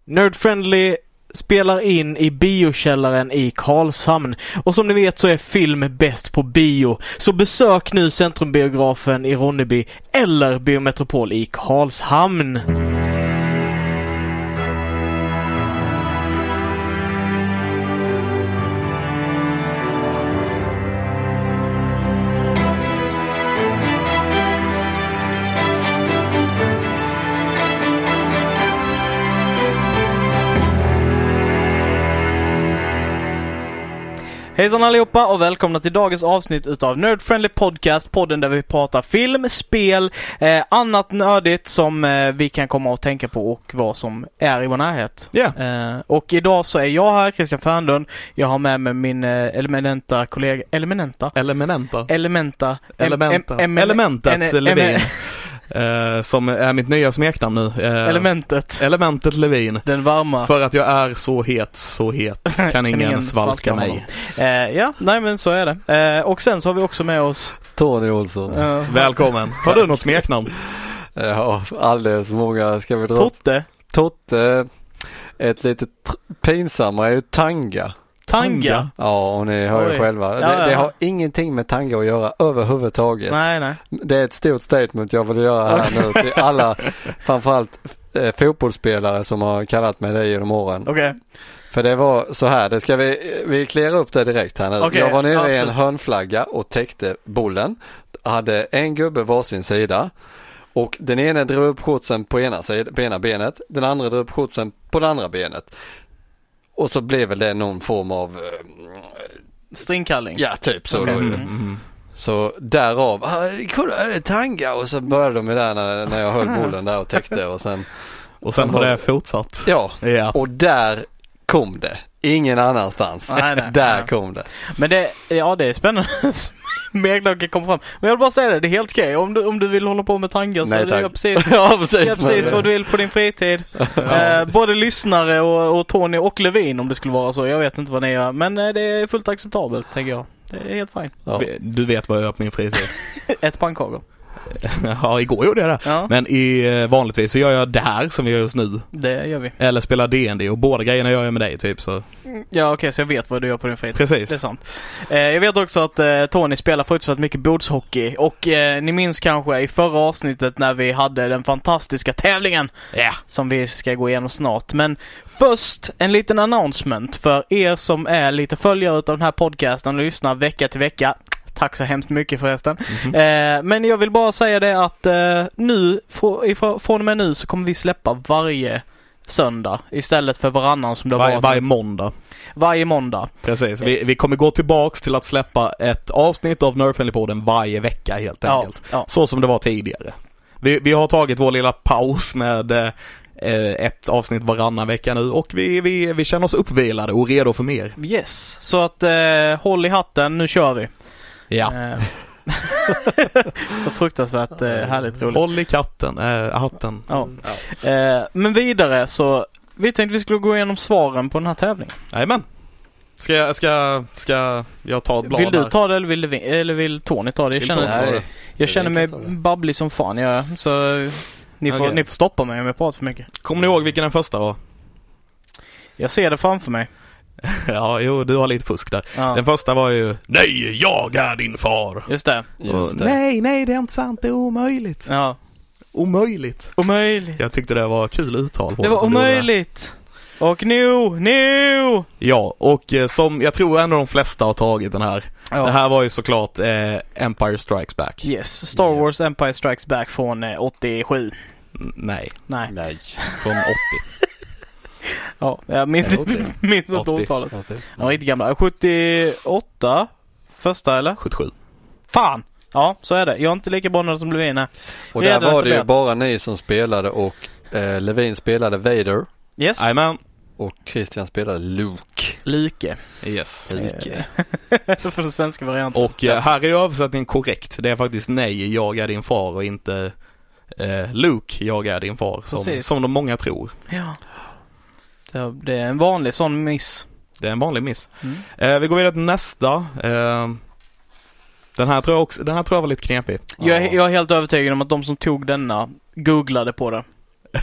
Nerdfriendly spelar in i biokällaren i Karlshamn. Och som ni vet så är film bäst på bio. Så besök nu Centrumbiografen i Ronneby eller Biometropol i Karlshamn. Hejsan allihopa och välkomna till dagens avsnitt utav Nerdfriendly Podcast, podden där vi pratar film, spel, annat nördigt som vi kan komma och tänka på och vad som är i vår närhet. Yeah. Och idag så är jag här, Christian Fernlund. Jag har med mig min eminenta kollega, Elementat Levin. Som är mitt nya smeknamn nu. Elementet Levin. Den varma. För att jag är så het kan ingen svalka mig. Ja, nej men så är det. Och sen så har vi också med oss Tony Olsson. Välkommen. Har du något smeknamn? Ja, alldeles många. Ska vi dra? Totte. Ett lite pinsammare är ju Tanga. Ja, och ni hör ju själva. Det har ingenting med tanga att göra överhuvudtaget. Nej. Det är ett stort statement jag vill göra här nu till alla, framförallt fotbollsspelare som har kallat mig det genom åren. Okay. För det var så här, det ska vi klära upp det direkt här nu. Okay, jag var nere i en hörnflagga och täckte bollen. Hade en gubbe varsin sida. Och den ena drog upp skjutsen på ena benet. Den andra drog upp skjutsen på det andra benet. Och så blev väl det någon form av stringkalling. Ja, typ så. Okay. Så därav, kolla, tanga. Och så började de med det när jag höll bollen där och täckte. Och sen har det fortsatt. Ja, och där kom det. Ingen annanstans. Nej. Kom det. Men det är spännande. Mer kan komma fram. Men jag vill bara säga det är helt okej. Om du vill hålla på med tanga så är det precis vad du vill på din fritid. Både lyssnare och Tony och Levin om det skulle vara så. Jag vet inte vad ni gör. Men det är fullt acceptabelt, tänker jag. Det är helt fint. Ja. Du vet vad jag gör på min fritid. Ett pannkakor. Ja, igår gjorde jag det. Ja. Men vanligtvis så gör jag det här som vi gör just nu. Det gör vi. Eller spelar D&D och båda grejerna gör jag med dig typ så. Ja, okej, så jag vet vad du gör på din fritid. Precis. Det är sant. Jag vet också att Tony spelar fortsatt mycket bordshockey. Och ni minns kanske i förra avsnittet när vi hade den fantastiska tävlingen. Som vi ska gå igenom snart. Men först en liten announcement för er som är lite följare av den här podcasten och lyssnar vecka till vecka. Tack så hemskt mycket förresten. Men jag vill bara säga det att nu, från och med nu så kommer vi släppa varje söndag istället för varannan som det har varit. Varje måndag. Precis. Vi kommer gå tillbaks till att släppa ett avsnitt av Nerdfriendly-podden varje vecka helt enkelt. Ja. Så som det var tidigare. Vi har tagit vår lilla paus med ett avsnitt varannan vecka nu och vi känner oss uppvilade och redo för mer. Yes. Så att håll i hatten, nu kör vi. Ja. Så fruktansvärt härligt roligt. Håll i hatten. Ja. Men vidare så vi tänkte vi skulle gå igenom svaren på den här tävlingen. Jajamän. Ska jag ta ett blad? Vill du ta det eller vill Tony ta det? Jag känner mig babblig som fan. Så ni får stoppa mig om jag pratar för mycket. Kommer ni ihåg vilken den första var? Jag ser det framför mig. Ja, du har lite fusk där. Ja. Den första var ju nej, jag är din far. Just det. Nej, det är inte sant. Det är omöjligt. Ja. Omöjligt. Jag tyckte det var kul uttal på det. Var omöjligt. Och nu. Ja, och som jag tror ändå de flesta har tagit den här. Ja. Det här var ju såklart Empire Strikes Back. Yes, Star Wars Empire Strikes Back från 87. Nej. Från 80. Ja, jag minns inte årtalet. Ja, riktigt gamla. 78 första eller? 77. Fan! Ja, så är det. Jag är inte lika bra som Levin här. Och där var det ju bara ni som spelade och Levin spelade Vader. Yes. Amen. Och Christian spelade Luke. Yes. Luke. För den svenska varianten. Och här är översättningen korrekt. Det är faktiskt nej, jag är din far och inte Luke, jag är din far. Som de många tror. Ja. Det är en vanlig sån miss. Det är en vanlig miss. Vi går vidare till nästa. Den här tror jag var lite knepig. Jag är helt övertygad om att de som tog denna googlade på det.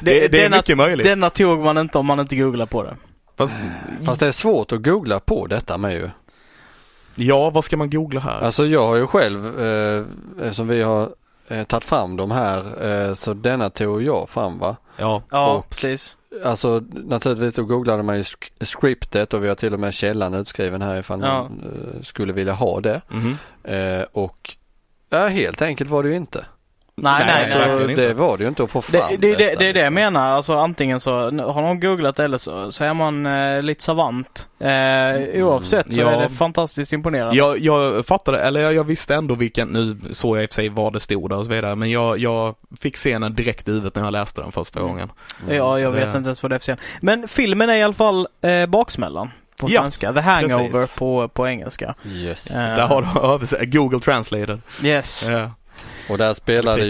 Det är mycket möjligt. Denna tog man inte om man inte googlar på det. Fast det är svårt att googla på detta med ju. Ja, vad ska man googla här? Alltså jag har ju själv, som vi har tagit fram de här, så denna tog jag fram, va? Ja, och, precis. Alltså naturligtvis då googlade man ju scriptet och vi har till och med källan utskriven här ifall man skulle vilja ha det. Och helt enkelt var det ju inte. Nej, så det var det ju inte att få fram det är det jag menar. Alltså antingen så har någon googlat eller så är man lite savant. Oavsett så är det fantastiskt imponerande. Jag fattade, eller jag visste ändå vilken, nu såg jag i och för sig vad det stod där och så vidare, men jag fick scenen direkt i huvudet när jag läste den första gången. Ja, jag vet inte ens vad det är för scen. Men filmen är i alla fall Baksmällan på svenska. The Hangover på engelska. Yes. Där har du Google Translated. Yes. Och där spelade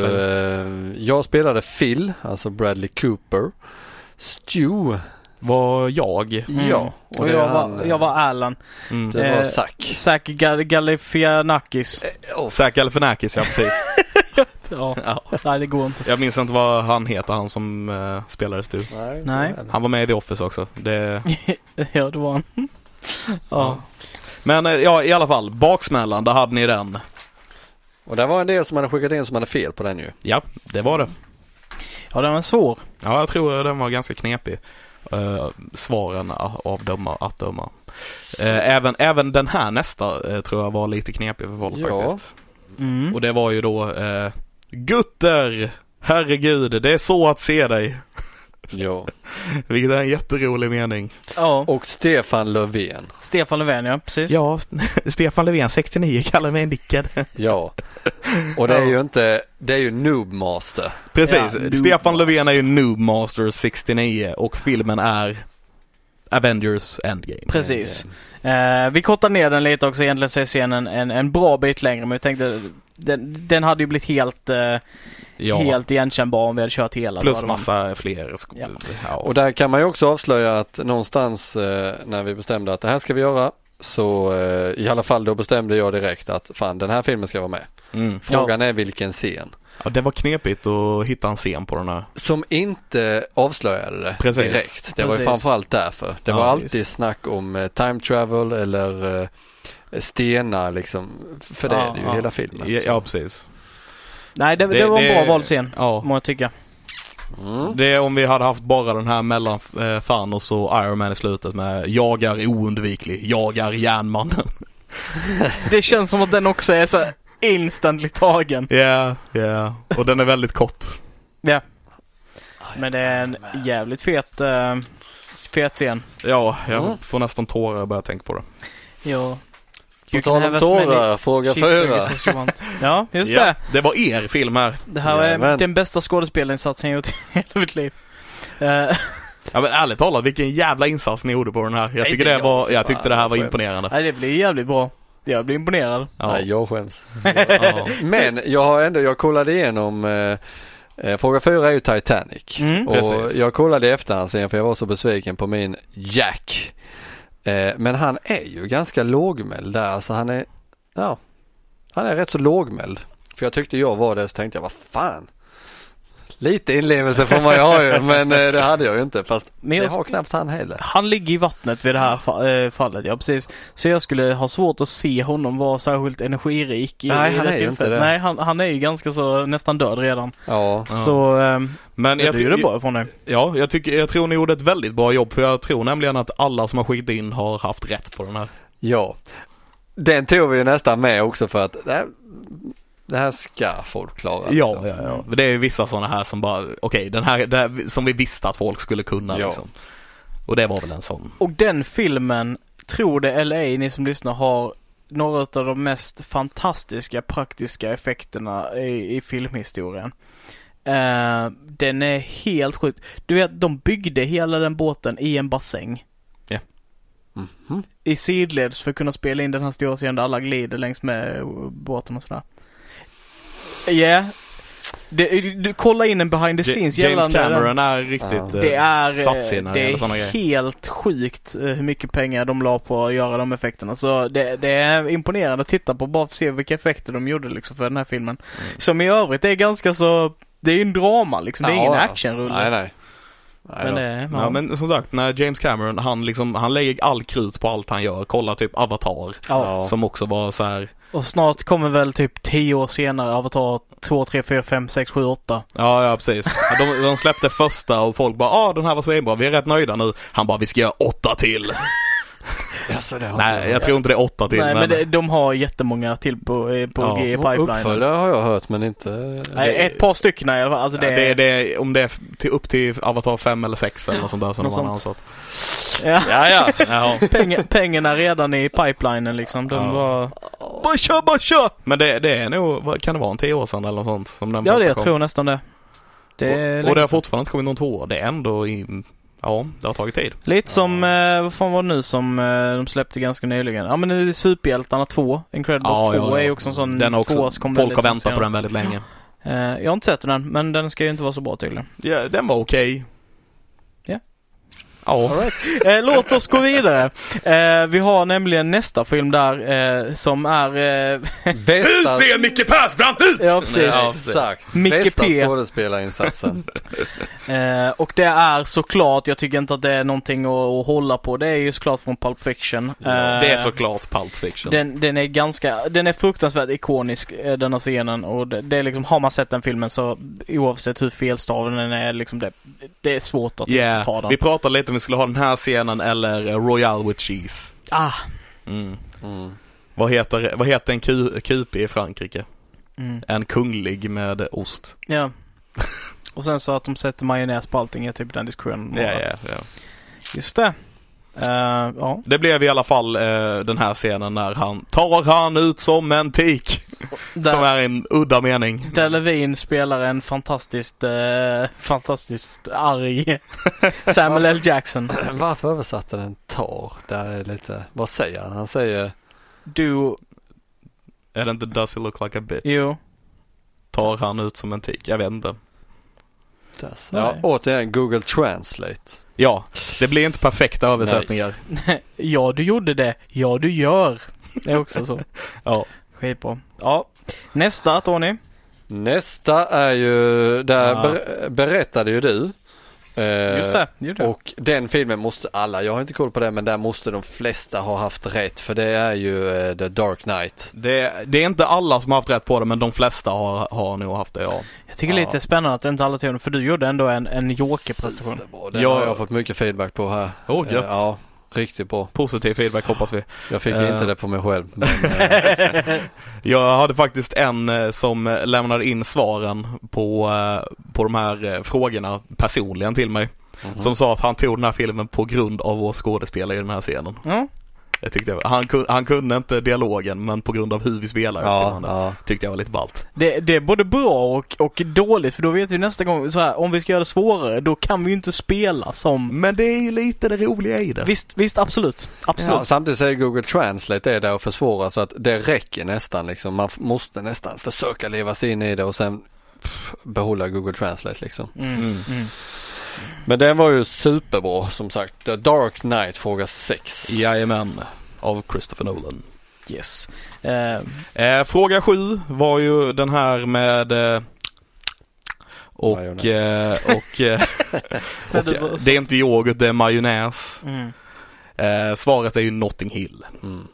jag spelade Phil, alltså Bradley Cooper. Stu var jag. Ja. Och jag var Alan. Det var Zac Galifianakis. Zac Galifianakis, ja precis. Nej, det går inte. Jag minns inte vad han heter, han som spelade Stu. Nej. Han var med i The Office också. Ja, det var han. Ja. Men i alla fall, Baksmällan, där hade ni den. Och det var en del som hade skickat in som hade fel på den ju. Ja, det var det. Ja, den var svår. Ja, jag tror den var ganska knepig. Svaren att döma. Även den här nästa tror jag var lite knepig för folk faktiskt. Och det var ju då Gutter, herregud, det är så att se dig. Ja. Vilket är en jätterolig mening. Ja. Och Stefan Löfven. Stefan Löfven, ja, precis. Ja, Stefan Löfven 69 kallar mig en dickad. Ja. Och det är ju inte, det är ju Noobmaster. Precis, Stefan Löfven är ju Noobmaster 69 och filmen är Avengers Endgame. Precis. Vi kortar ner den lite också, egentligen så är scenen en bra bit längre, men jag tänkte den hade ju blivit helt igenkännbar om vi hade kört hela. Plus massa fler. Ja. Och där kan man ju också avslöja att någonstans när vi bestämde att det här ska vi göra, så i alla fall då bestämde jag direkt att fan, den här filmen ska vara med. Frågan är vilken scen. Ja, det var knepigt att hitta en scen på den här. Som inte avslöjade det direkt. Det var ju framförallt därför. Det var alltid snack om time travel eller stenar liksom. För det är det ju hela filmen. Ja, precis. Nej, det var en bra valscen, må jag tycka. Det är om vi hade haft bara den här mellan Thanos och Iron Man i slutet med jag är oundviklig, jag är järnmannen. Det känns som att den också är så instantly tagen. Ja. Och den är väldigt kort. Ja. Men det är en jävligt fet scen. Ja, jag får nästan tårar och börja tänka på det. Ja. På tal om tårar, fråga 4. Ja, just det. Det var er film här. Det här är den bästa skådespelarinsatsen jag gjort i hela mitt liv. Ja, men ärligt talat, vilken jävla insats ni gjorde på den här. Jag tyckte det här var imponerande. Nej, det blir jävligt bra. Jag blir imponerad. Ja. Nej, jag skäms. Men jag kollade igenom fråga 4 är ju Titanic. Och precis. Jag kollade i efterhand sen för jag var så besviken på min Jack. Men han är ju ganska lågmäld där. Alltså han är rätt så lågmäld. För jag tyckte jag var det, så tänkte jag, vad fan. Lite inlevelse får man ju ha ju, men det hade jag ju inte. Fast det har knappt han heller. Han ligger i vattnet vid det här fallet, ja precis. Så jag skulle ha svårt att se honom vara särskilt energirik. Nej, han är ju inte det. Nej, han är ju ganska så nästan död redan. Ja. Så men jag tycker det bra från dig. Ja, jag tror ni gjorde ett väldigt bra jobb. För jag tror nämligen att alla som har skickat in har haft rätt på den här. Ja. Den tog vi ju nästan med också för att det här ska folk klara. Liksom. Ja. Det är vissa sådana här som bara, den här som vi visste att folk skulle kunna. Ja. Liksom. Och det var väl en sån. Och den filmen, tror det eller ej, ni som lyssnar, har några av de mest fantastiska praktiska effekterna i filmhistorien. Den är helt sjukt. Du vet, de byggde hela den båten i en bassäng. Ja. I sidleds för att kunna spela in den här stora scenen där alla glider längs med båten och sådär. Ja. Du kolla in en behind the scenes James Cameron är riktigt det är helt sjukt hur mycket pengar de la på att göra de effekterna. Så det är imponerande att titta på bara för att se vilka effekter de gjorde liksom för den här filmen. Som i övrigt det är ganska så, det är ju en drama liksom, det är ingen actionrulle. Nej. Men som sagt, när James Cameron han lägger all krut på allt han gör. Kolla typ Avatar som också var så här. Och snart kommer väl typ 10 år senare Avatar 2, 3, 4, 5, 6, 7, 8. Ja, precis. De släppte första och folk bara, den här var så bra, vi är rätt nöjda nu. Han bara, vi ska göra 8 till. Nej, jag tror inte det är 8 till. Nej, men de har jättemånga till på G i pipeline. Uppföljare har jag hört, men inte... Nej, ett par stycken i alla fall. Alltså det om det är upp till Avatar 5 eller 6 eller något sånt där som de har ansett. Ja. Pengarna redan i pipelinen liksom. De var... Bara kör! Men det är nog, kan det vara en 10 år sedan eller något sånt? Som den jag tror nästan det. Och det har fortfarande inte kommit någon 2 år. Det är ändå det har tagit tid. Lite som, vad fan var det nu som de släppte ganska nyligen? Ja, men det är Superhjältarna 2. Incredibles 2 är ju också en sån den också, folk har väntat på den väldigt länge. Jag har inte sett den, men den ska ju inte vara så bra tydligen. Ja, den var okej. Ja. Right. Låt oss gå vidare. Vi har nämligen nästa film där som är... Hur ser Micke Persbrandt ut? Ja, precis. Exakt. Micke Bästa P. skådespelarinsatsen. Och det är såklart, jag tycker inte att det är någonting att hålla på. Det är ju såklart från Pulp Fiction. Det är såklart Pulp Fiction. Den är fruktansvärt ikonisk, denna scenen. Och det är liksom, har man sett den filmen så oavsett hur felstaven den är, liksom det är svårt att ta den. Vi pratade lite om vi skulle ha den här scenen eller Royale with Cheese. Vad heter en QP i Frankrike? En kunglig med ost. Ja. Och sen så att de sätter majonnäs på allting är typ den diskussionen. Ja. Just det. Det blev i alla fall den här scenen när han ut som en tik. Som är en udda mening. Där Levine spelar en fantastiskt arg Samuel L. Jackson. Varför översatte den tar? Där är lite, vad säger han? Han säger är det inte does he look like a bitch? Jo. Tar han ut som en tik? Jag vet inte. Återigen Google Translate. Ja, det blir inte perfekta översättningar. Ja, du gjorde det. Ja, du gör. Det är också så. Ja. Skitbra. Ja. Nästa, Tony. Nästa är ju, berättade ju du. Just det. Och den filmen måste alla, jag har inte koll på det, men där måste de flesta ha haft rätt, för det är ju The Dark Knight. Det är inte alla som har haft rätt på det, men de flesta har nog haft det, ja. Jag tycker lite spännande att inte alla tog den, för du gjorde ändå en jokerprestation. Det har jag fått mycket feedback på här. Gött. Ja, riktigt bra. Positiv feedback hoppas vi. Jag fick inte det på mig själv. Men, jag hade faktiskt en som lämnade in svaren på de här frågorna personligen till mig. Som sa att han tog den här filmen på grund av vår skådespelare i den här scenen. Jag tyckte han kunde inte dialogen, men på grund av hur vi spelar tyckte jag var lite ballt. Det är både bra och dåligt, för då vet vi nästa gång så här, om vi ska göra det svårare, då kan vi ju inte spela som... Men det är ju lite det roliga i det. Visst, absolut. Ja, samtidigt säger Google Translate det är där och försvåra, så att det räcker nästan liksom. Man måste nästan försöka leva sig in i det och sen behålla Google Translate liksom. Men den var ju superbra, som sagt. The Dark Knight, fråga 6. Jajamän, av Christopher Nolan. Yes. Fråga 7 var ju den här med och det är inte yoghurt, det är majonnäs. Svaret är ju Notting Hill.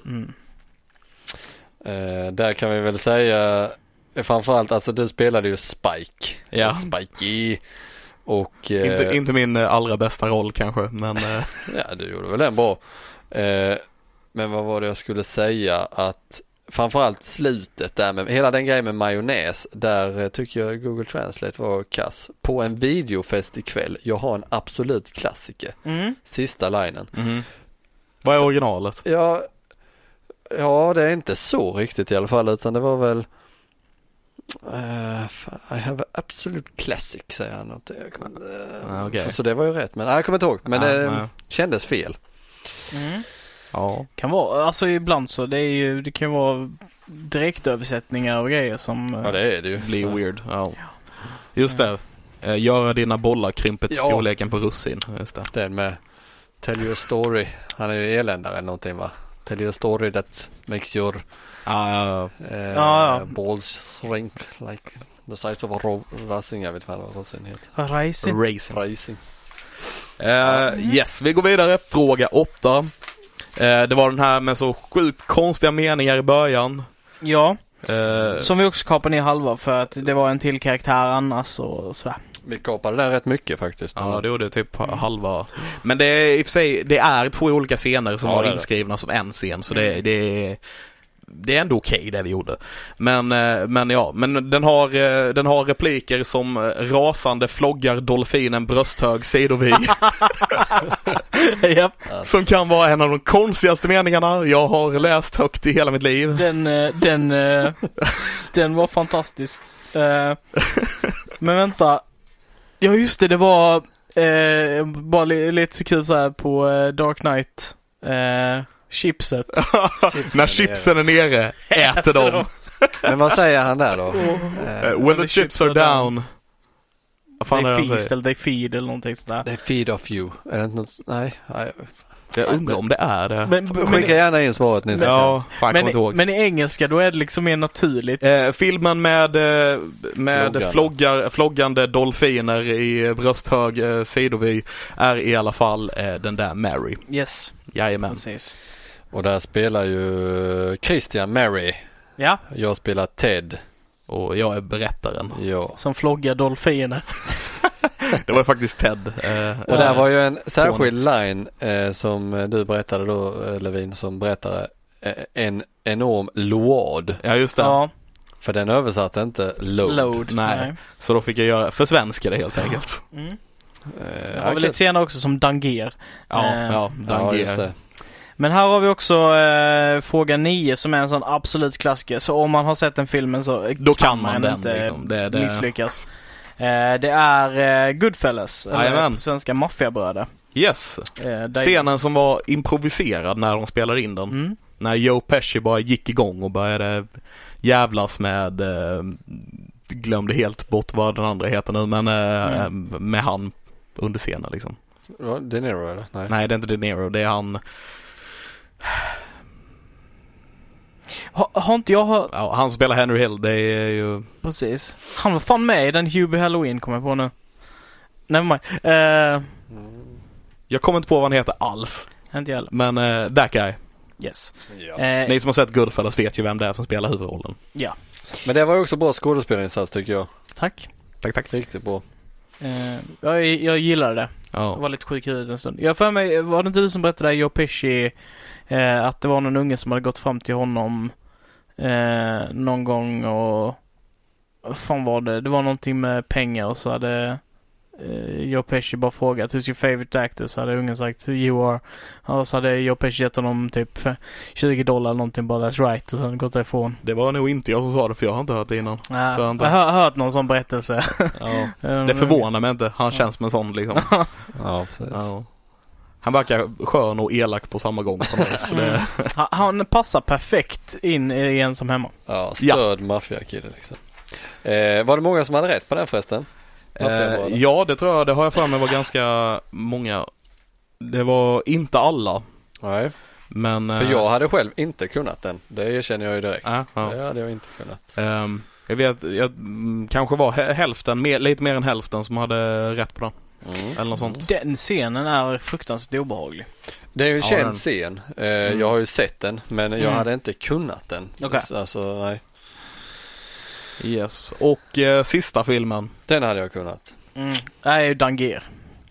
Där kan vi väl säga framförallt, alltså du spelade ju Spike. Ja. Spikey. Och, inte min allra bästa roll kanske, men... ja, du gjorde väl den bra. Men vad var det jag skulle säga? Att framförallt slutet där med hela den grejen med majonnäs, där tycker jag Google Translate var kass. På en videofest ikväll, jag har en absolut klassiker. Sista linen. Vad är originalet? Ja, det är inte så riktigt i alla fall, utan det var väl I have an absolute classic, säger han. Okay. Så det var ju rätt, men jag kommer inte ihåg, men det kändes fel. Ja, kan vara, alltså ibland så det kan ju vara direktöversättningar och grejer som det är det ju. Blir weird. Just det. Göra dina bollar krympet storleken på russin. Just det. Den med Tell you a story. Han är ju eländare eller någonting, va? Tell you a story that makes your balls shrink like the size of a racing. Jag vet inte vad russin heter. Racing. Yes, vi går vidare. Fråga 8. Det var den här med så sjukt konstiga meningar i början. Ja. Som vi också kapade ner halva för att det var en till karaktär annars och sådär. Vi kapade där rätt mycket faktiskt. Ja, det gjorde typ halva. Men det är i och för sig, det är 2 olika scener som var inskrivna som en scen. Så det är ändå okej det vi gjorde. Men den har repliker som rasande floggar dolfinen brösthög sidovig. Yep. Som kan vara en av de konstigaste meningarna jag har läst högt i hela mitt liv. Den var fantastisk. Men vänta. Ja just det var bara lite så kul så här på Dark Knight. Chipset. När chipsen är nere äter de. Men vad säger han där då? When the chips are down. They feed eller någonting sådär. They feed off you. Är det inte något? Nej. Jag undrar om det är det. Skicka gärna in svaret ni. Men i engelska då är det liksom mer naturligt. Filmen med floggande dolfiner i brösthög sidovi är i alla fall den där Mary. Yes. Jajamän. Precis. Och där spelar ju Christian Mary. Ja. Jag spelar Ted. Och jag är berättaren. Ja. Som floggar dolfiner. Det var faktiskt Ted. Och där var ju en särskild line som du berättade då, Levin, som berättade en enorm load. Ja, just det. Ja. För den översatte inte load. Nej. Så då fick jag göra försvenska det helt enkelt. Det var väl lite senare också som Danger. Danger. Just det. Men här har vi också fråga 9 som är en sån absolut klassiker. Så om man har sett den filmen så då kan man den, inte liksom. misslyckas. Det är Goodfellas, eller svenska maffiabröder. Yes. Scenen som var improviserad när de spelade in den. När Joe Pesci bara gick igång och började jävlas med glömde helt bort vad den andra heter nu, men med han under scenen liksom. De Niro eller? Nej, det är inte De Niro, det är han. Har inte jag hört... Ja, han spelar Henry Hill, det är ju... Precis. Han var fan med i den Hubie Halloween, kommer jag på nu. Nevermind. Jag kommer inte på vad han heter alls. Inte jag. Men that guy. Yes. Ja. Ni som har sett Goodfellas vet ju vem det är som spelar huvudrollen. Ja. Men det var ju också bra skådespelarinsats tycker jag. Tack. Riktigt bra. Jag gillade det. Ja. Det var lite sjuk ut en stund. Jag för mig, var det inte du som berättade Joe Pesci att det var någon unge som hade gått fram till honom någon gång och vad fan var det? Det var någonting med pengar och så hade Joe Pesci bara frågat who's your favorite actor, så hade ungen sagt you are, och så hade Joe Pesci gett honom typ $20 eller någonting, bara that's right, och sen gått därifrån. Det var nog inte jag som sa det, för jag har inte hört det innan. Jag har hört någon sån berättelse. Ja. Det förvånar mig inte, han känns som en sån liksom. Ja, precis. Ja. Han verkar skön och elak på samma gång på mig, så det... Han passar perfekt in i Ensam hemma. Ja, stöd maffiakille liksom. Var det många som hade rätt på den förresten? Ja, det tror jag. Det har jag för mig var ganska många. Det var inte alla. Nej. Men, för jag hade själv inte kunnat den. Det känner jag ju direkt. Ja. Det hade jag inte kunnat. Jag vet, jag kanske var hälften, lite mer än hälften som hade rätt på den. Eller något sånt. Den scenen är fruktansvärt obehaglig. Det är ju en känd scen. Jag har ju sett den, men jag hade inte kunnat den. Okay. Alltså, nej. Yes. Och sista filmen. Den hade jag kunnat. Det är ju Danger.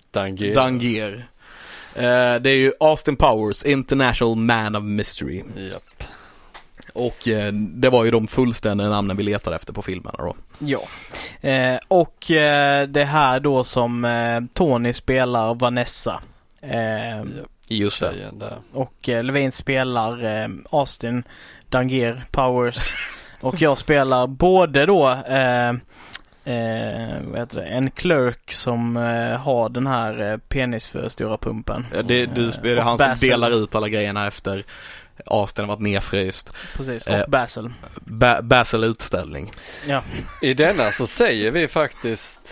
Det är ju Austin Powers, International Man of Mystery. Japp. Och det var ju de fullständiga namnen vi letade efter på filmerna då. Ja. Och det här då som Tony spelar Vanessa. Just det. Och Levin spelar Austin Danger Powers. Och jag spelar både då vad heter det? En clerk som har den här penis för stora pumpen. Ja, det är han som delar ut alla grejerna efter Austin har varit nedfryst. Precis, och Basil. Basil utställning. Ja. I denna så säger vi faktiskt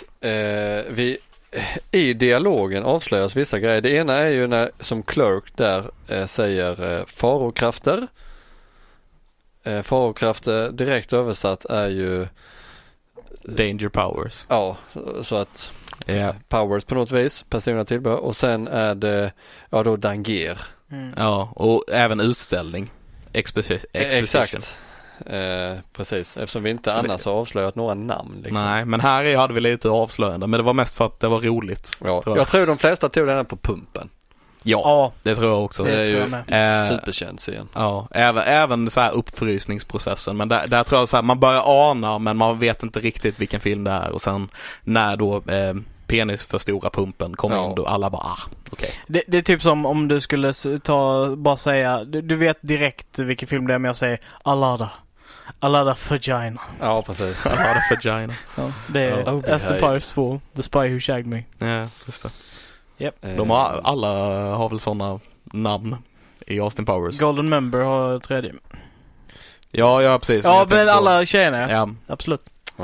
i dialogen avslöjas vissa grejer. Det ena är ju när som clerk där säger farokrafter. Farokrafter direkt översatt är ju Danger powers. Ja, så att powers på något vis, personliga tillbehör. Och sen är det då danger. Ja, och även utställning. Exakt. Precis, eftersom vi inte annars har avslöjat några namn. Liksom. Nej, men här hade vi lite avslöjande, men det var mest för att det var roligt. Ja. Jag tror de flesta tog den här på pumpen. Ja, det tror jag också. Det är ju superkänd scen. Ja, även så här uppfrysningsprocessen, men där tror jag så här, man börjar ana men man vet inte riktigt vilken film det är, och sen när då penis för stora pumpen kommer in, då alla bara okej. Det är typ som om du skulle bara säga, du vet direkt vilken film det är, men jag säger Alada Vagina. Ja, precis. Alada Vagina. Ja, det är Aston Powers 2, The Spy Who Shagged Me. Ja, just det. Yep. Alla har väl sådana namn i Austin Powers. Golden Member har 3D. Ja, precis. Ja, men alla tjejerna. Ja. Absolut.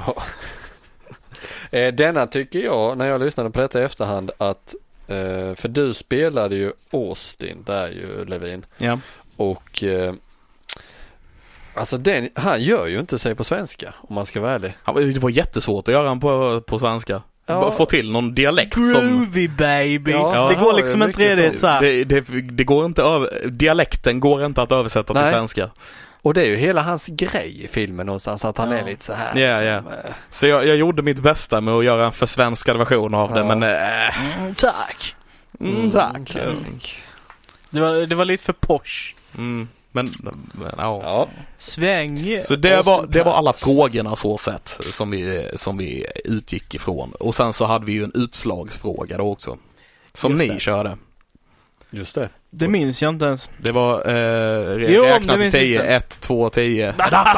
Denna tycker jag, när jag lyssnade på detta i efterhand, att för du spelade ju Austin där ju, Levin. Ja. Och alltså han gör ju inte sig på svenska, om man ska vara ärlig. Det var jättesvårt att göra han på svenska. Bara få till någon dialekt groovy baby. Ja, det går liksom inte redigt så här. Det går inte dialekten går inte att översätta till svenska. Och det är ju hela hans grej i filmen någonstans, att han är lite så här. Ja. Så jag gjorde mitt bästa med att göra en försvenskad version av det, men tack. Tack. Det var lite för posh. Men ja. Sväng. Så det var alla frågorna så sett som vi utgick ifrån. Och sen så hade vi ju en utslagsfråga då också. Som ni körde. Just det. Det minns jag inte ens. Det var räkna till 10, 1, 2, 10.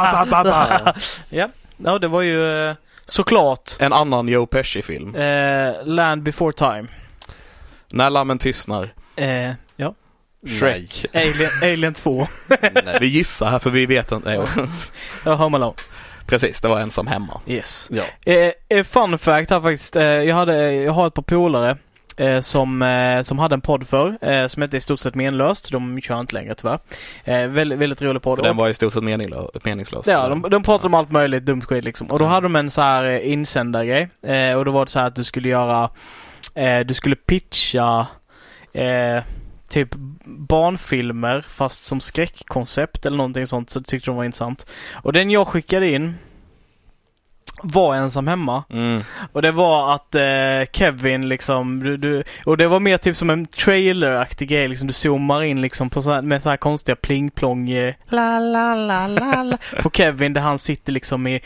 Ja, det var ju såklart en annan Joe Pesci-film. Land Before Time. När lammen tystnar. Ja. Shrek. Alien 2. Nej, vi gissar här för vi vet inte. Ja, Home Alone. Precis, det var ensam hemma. Yes. Ja. Fun fact här faktiskt. Jag har ett par polare som hade en podd för som hette I stort sett menlöst. De kör inte längre tyvärr. Väldigt rolig podd. För den var i stort sett meningslös. Ja, de pratade om allt möjligt dumt skit liksom. Och då hade de en så här insändargrej. Och då var det så här att du skulle pitcha typ barnfilmer fast som skräckkoncept eller någonting sånt, så tyckte de var intressant. Och den jag skickade in var ensam hemma. Och det var att Kevin liksom och det var mer typ som en traileraktig grej liksom, du zoomar in liksom på med så här konstiga plingplong la la la la på Kevin där han sitter liksom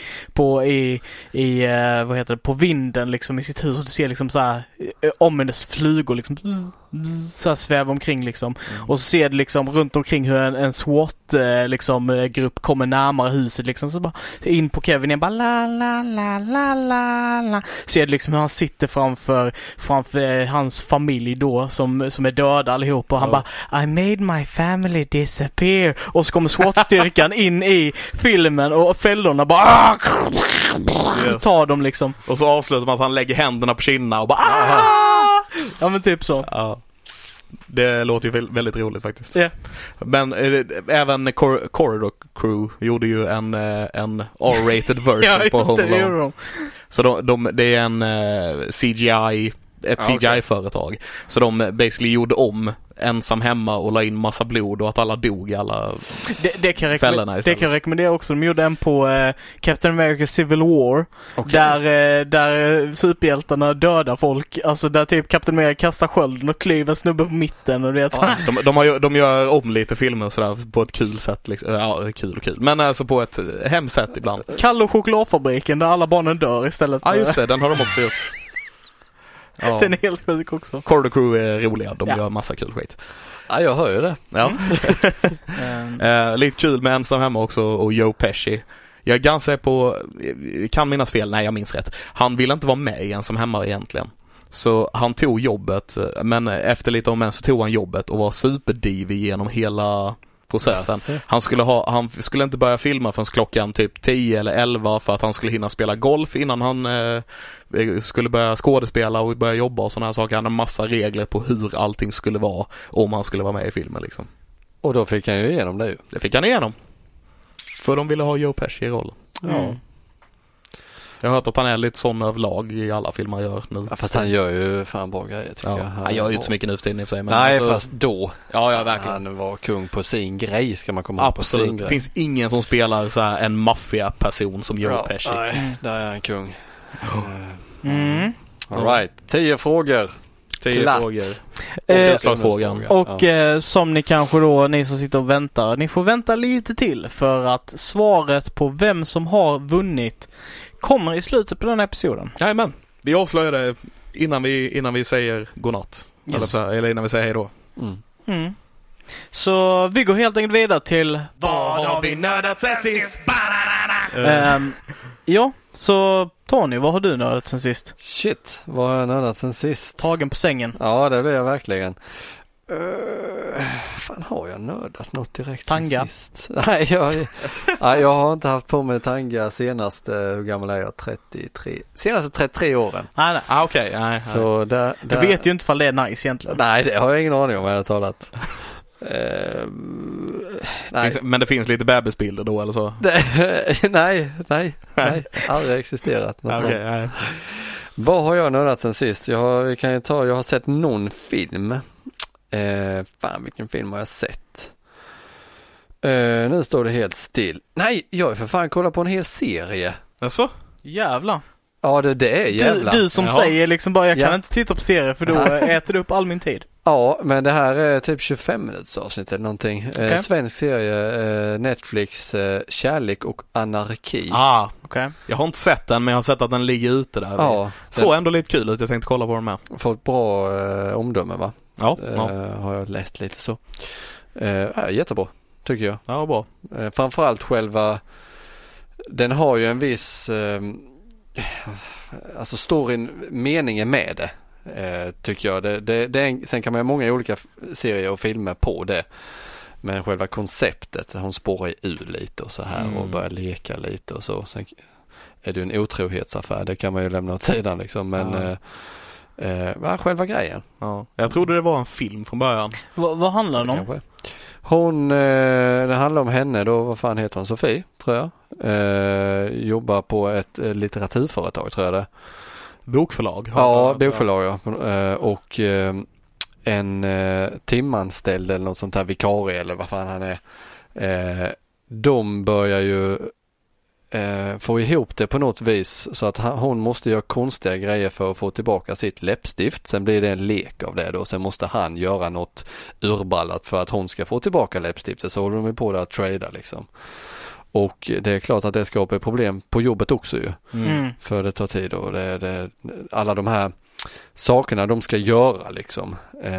vad heter det, på vinden liksom i sitt hus, och du ser liksom så här ominous flugor liksom så här sväva omkring liksom. Och så ser du liksom runt omkring hur en SWAT liksom grupp kommer närmare huset liksom, så bara in på Kevin igen, bara la la la la la la. Ser du liksom hur han sitter framför hans familj då som är döda allihop, och han bara I made my family disappear, och så kommer SWAT-styrkan in i filmen och fällorna bara tar dem liksom. Och så avslutar man att han lägger händerna på kinna och bara ja, men typ så. Ja. Det låter ju väldigt roligt faktiskt. Yeah. Men även Corridor Crew gjorde ju en R-rated version på Home Alone. Så det är en CGI-företag. Så de basically gjorde om ensam hemma och la in massa blod och att alla dog i alla fällorna istället. Det kan jag rekommendera också. De gjorde en på Captain America Civil War. Okay. Där superhjältarna dödar folk. Alltså där typ Captain America kastar skölden och klyver snubbe på mitten. Och det de gör om lite filmer och sådär på ett kul sätt. Liksom. Ja, kul. Men alltså på ett hemskt sätt ibland. Kalle och chokladfabriken där alla barnen dör istället. Ja, just det. Den har de också gjort. Ja. Den är helt sjuk också. Corridor Crew är roliga. De gör massa kul skit. Ja, jag hör ju det. Ja. Lite kul med ensam hemma också och Joe Pesci. Jag är ganska på, kan minnas fel, nej jag minns rätt. Han ville inte vara med i Ensam hemma egentligen. Så han tog jobbet, men efter lite om en så tog han jobbet och var superdivig genom hela processen. Han skulle inte börja filma förrän klockan typ 10 eller 11 för att han skulle hinna spela golf innan han skulle börja skådespela och börja jobba och sådana här saker. Han hade en massa regler på hur allting skulle vara om han skulle vara med i filmen liksom. Och då fick han ju igenom det ju. Det fick han igenom. För de ville ha Joe Pesci i rollen. Ja. Jag har hört att han är lite sån överlag i alla filmer han gör nu. Ja, fast han gör ju fan bra grejer tycker jag. Han gör ju inte så mycket nu för tiden i och för sig. Men nej, alltså, fast då. Ja, verkligen. Han var kung på sin grej, ska man komma på sin grej. Det finns ingen som spelar så här en maffia-person som Joe Pesci. Nej, där är han kung. All right, 10 frågor. 10 frågor. Och utslagsfrågan. Och som ni kanske då, ni som sitter och väntar, ni får vänta lite till för att svaret på vem som har vunnit kommer i slutet på den här episoden. Jajamän, vi avslöjar det innan vi säger godnatt. Yes. Eller innan vi säger hej då. Så vi går helt enkelt vidare till vad har vi nördat sen sist? Ja, så Tony, vad har du nördat sen sist? Shit, vad har jag nördat sen sist? Tagen på sängen. Ja, det blir jag verkligen. Fan, har jag nördat något direkt tanga? Sen sist? Nej, jag har inte haft på mig tanga senaste, hur gammal är jag? 33. Senaste 33 åren. Nej. Okej. Nej. Så där. Du vet ju inte ifall det är nice egentligen. Nej, det har jag ingen aning om, jag har talat. Nej. Men det finns lite bebisbilder då eller så? Nej. Aldrig existerat något sånt. Nej. Vad har jag nördat sen sist? Jag har sett någon film. Fan, vilken film har jag sett? Nu står det helt still. Nej, jag är för fan kollat på en hel serie. Alltså? Jävla. Ja, det är jävla. Du som säger liksom bara, jag kan inte titta på serier för då äter du upp all min tid. Ja, men det här är typ 25 minuters avsnitt eller någonting. Okay. Svensk serie, Netflix, Kärlek och anarki. Okay. Jag har inte sett den, men jag har sett att den ligger ute där. Ja, så ändå lite kul ut, jag tänkte kolla på den med. Fått bra omdöme, va? Ja. Har jag läst lite så. Jättebra, tycker jag. Ja, bra. Framförallt själva, den har ju en viss alltså storyn, meningen med det. Tycker jag. Sen kan man ha många olika serier och filmer på det. Men själva konceptet, hon spårar ur lite och så här och börjar leka lite och så. Sen är det ju en otrohetsaffär, det kan man ju lämna åt sidan liksom. Men själva grejen. Ja. Jag trodde det var en film från början. Vad handlar den om? Det handlar om henne då, vad fan heter hon? Sofie, tror jag. Jobbar på ett litteraturföretag, tror jag det. Bokförlag. Ja, bokförlag, ja. Och en timanställd eller något sånt här vikarie eller vad fan han är. De börjar ju få ihop det på något vis så att hon måste göra konstiga grejer för att få tillbaka sitt läppstift. Sen blir det en lek av det då. Sen måste han göra något urballat för att hon ska få tillbaka läppstiftet. Så håller de på det att trada liksom. Och det är klart att det skapar problem på jobbet också ju. För det tar tid och alla de här sakerna de ska göra liksom.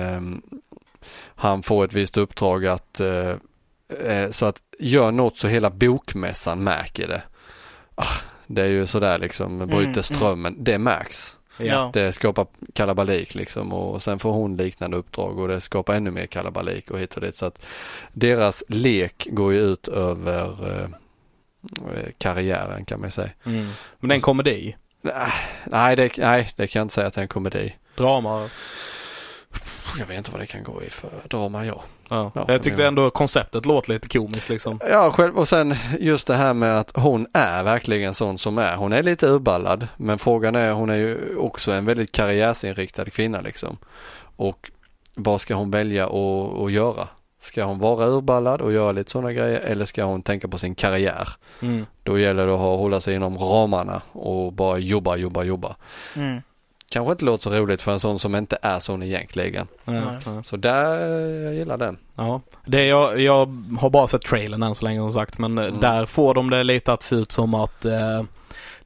Han får ett visst uppdrag att så att gör något så hela bokmässan märker det. Det är ju sådär liksom, bryter strömmen. Det märks. Ja. Det skapar kalabalik liksom och sen får hon liknande uppdrag och det skapar ännu mer kalabalik och hit och dit. Så att deras lek går ju ut över karriären kan man säga. Men det är en komedi? Nej, det kan jag inte säga att det är en komedi. Drama? Jag vet inte vad det kan gå i för drama, ja. Jag tyckte ändå konceptet låter lite komiskt liksom. Ja, själv. Och sen just det här med att hon är verkligen sån som är. Hon är lite urballad, men frågan är, hon är ju också en väldigt karriärsinriktad kvinna liksom. Och vad ska hon välja att göra? Ska hon vara urballad och göra lite sådana grejer eller ska hon tänka på sin karriär? Då gäller det att hålla sig inom ramarna och bara jobba. Kanske inte låter så roligt för en sån som inte är sån egentligen. Så där, jag gillar den. Ja. Jag har bara sett trailern än så länge som sagt, men där får de det lite att se ut som att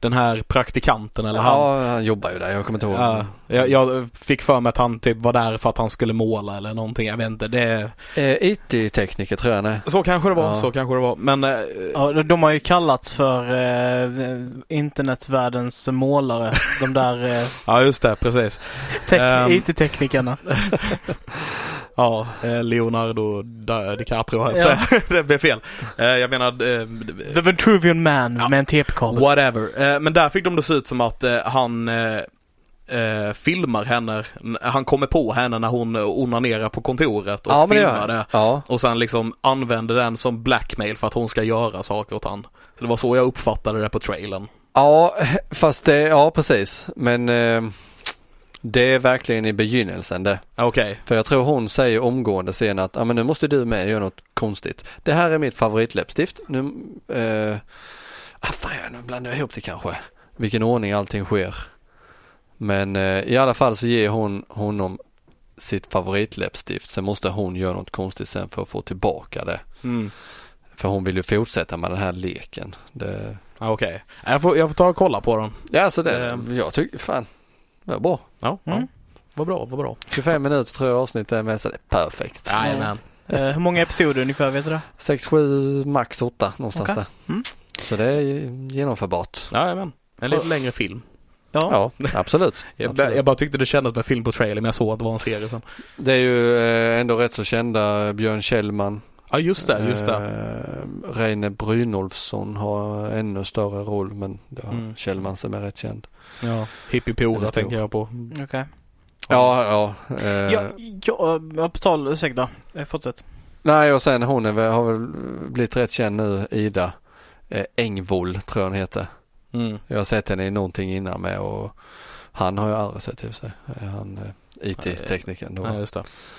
den här praktikanten eller han jobbar ju där, jag kommer inte ihåg. Jag fick för mig att han typ var där för att han skulle måla eller någonting, jag vet inte. Det IT-tekniker tror jag. Så kanske det var, men de har ju kallats för internetvärldens målare, de där ja just det, precis. IT-teknikerna. Ja, Leonardo DiCaprio. Ja. Det blev fel. Jag menar The Vitruvian Man med en TP-kabel. Whatever. Men där fick de det se ut som att han filmar henne. Han kommer på henne när hon onanerar på kontoret och filmar det. Ja. Och sen liksom använder den som blackmail för att hon ska göra saker åt han. Så det var så jag uppfattade det på trailern. Ja, fast precis. Men det är verkligen i begynnelsen det. Okej. För jag tror hon säger omgående sen att men nu måste du med göra något konstigt. Det här är mitt favoritläppstift. Nu nu blandar jag ihop det kanske. Vilken ordning allting sker. Men i alla fall så ger hon honom sitt favoritläppstift. Sen måste hon göra något konstigt sen för att få tillbaka det. Mm. För hon vill ju fortsätta med den här leken. Okej. Jag får ta och kolla på den. Ja, så jag tycker fan. Det var bra. Ja. Vad bra. 25 minuter tror jag avsnittet är med, så det är perfekt. Jajamän. Hur många episoder ungefär, vet du det? 6-7, max 8 någonstans där. Mm. Så det är genomförbart. Jajamän. En lite längre film. Ja, absolut. Jag bara tyckte det kändes med film på trailer, men jag såg att det var en serie sen. Det är ju ändå rätt så kända Björn Kjellman. Ja, just det. Reine Brynolfsson har ännu större roll, men det har Kjellman som är rätt känd. Ja, Hippie tänker jag på. Okej. Ja. På tal, ursäkta. Fortsätt. Nej, och sen hon har väl blivit rätt känd nu, Ida Engvall tror jag hon heter. Mm. Jag har sett henne i någonting innan med, och han har ju aldrig sett ut sig. Han IT-teknikern då. Ja, just det.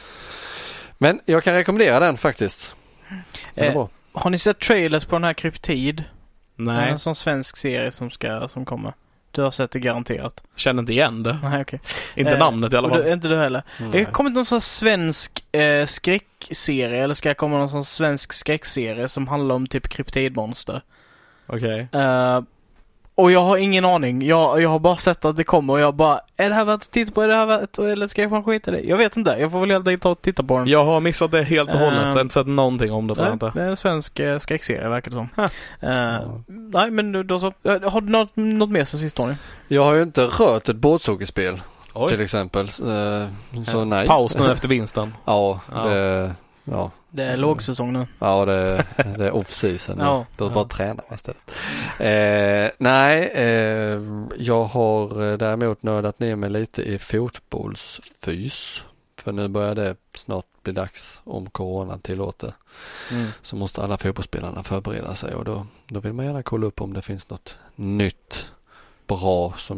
Men jag kan rekommendera den faktiskt. Har ni sett trailers på den här Kryptid? Nej. En sån svensk serie som kommer. Du har sett det garanterat. Känner inte igen det. Nej, okej. Inte namnet i alla fall. Inte du heller. Det har kommit någon sån svensk skräckserie, eller ska det komma någon sån svensk skräckserie som handlar om typ kryptidmonster. Okej. Och jag har ingen aning. Jag har bara sett att det kommer och jag bara, är det här värt att titta på? Är det här värt, eller ska jag fan skita i det? Jag vet inte. Jag får väl helt enkelt ta och titta på den. Jag har missat det helt och hållet. Jag har inte sett någonting om det. Nej, det är en svensk skräckserie, verkar det som. Nej, men då så. Har du något mer sen sist, Tony? Jag har ju inte rört ett båtsokerspel. Till exempel. Så nej. Paus nu efter vinsten. Ja. Det är lågsäsong nu. Ja, det är off-season. Då bara träna istället. Jag har däremot nördat ner mig lite i fotbollsfys. För nu börjar det snart bli dags, om corona tillåter. Så måste alla fotbollsspelarna förbereda sig, och då vill man gärna kolla upp om det finns något nytt bra som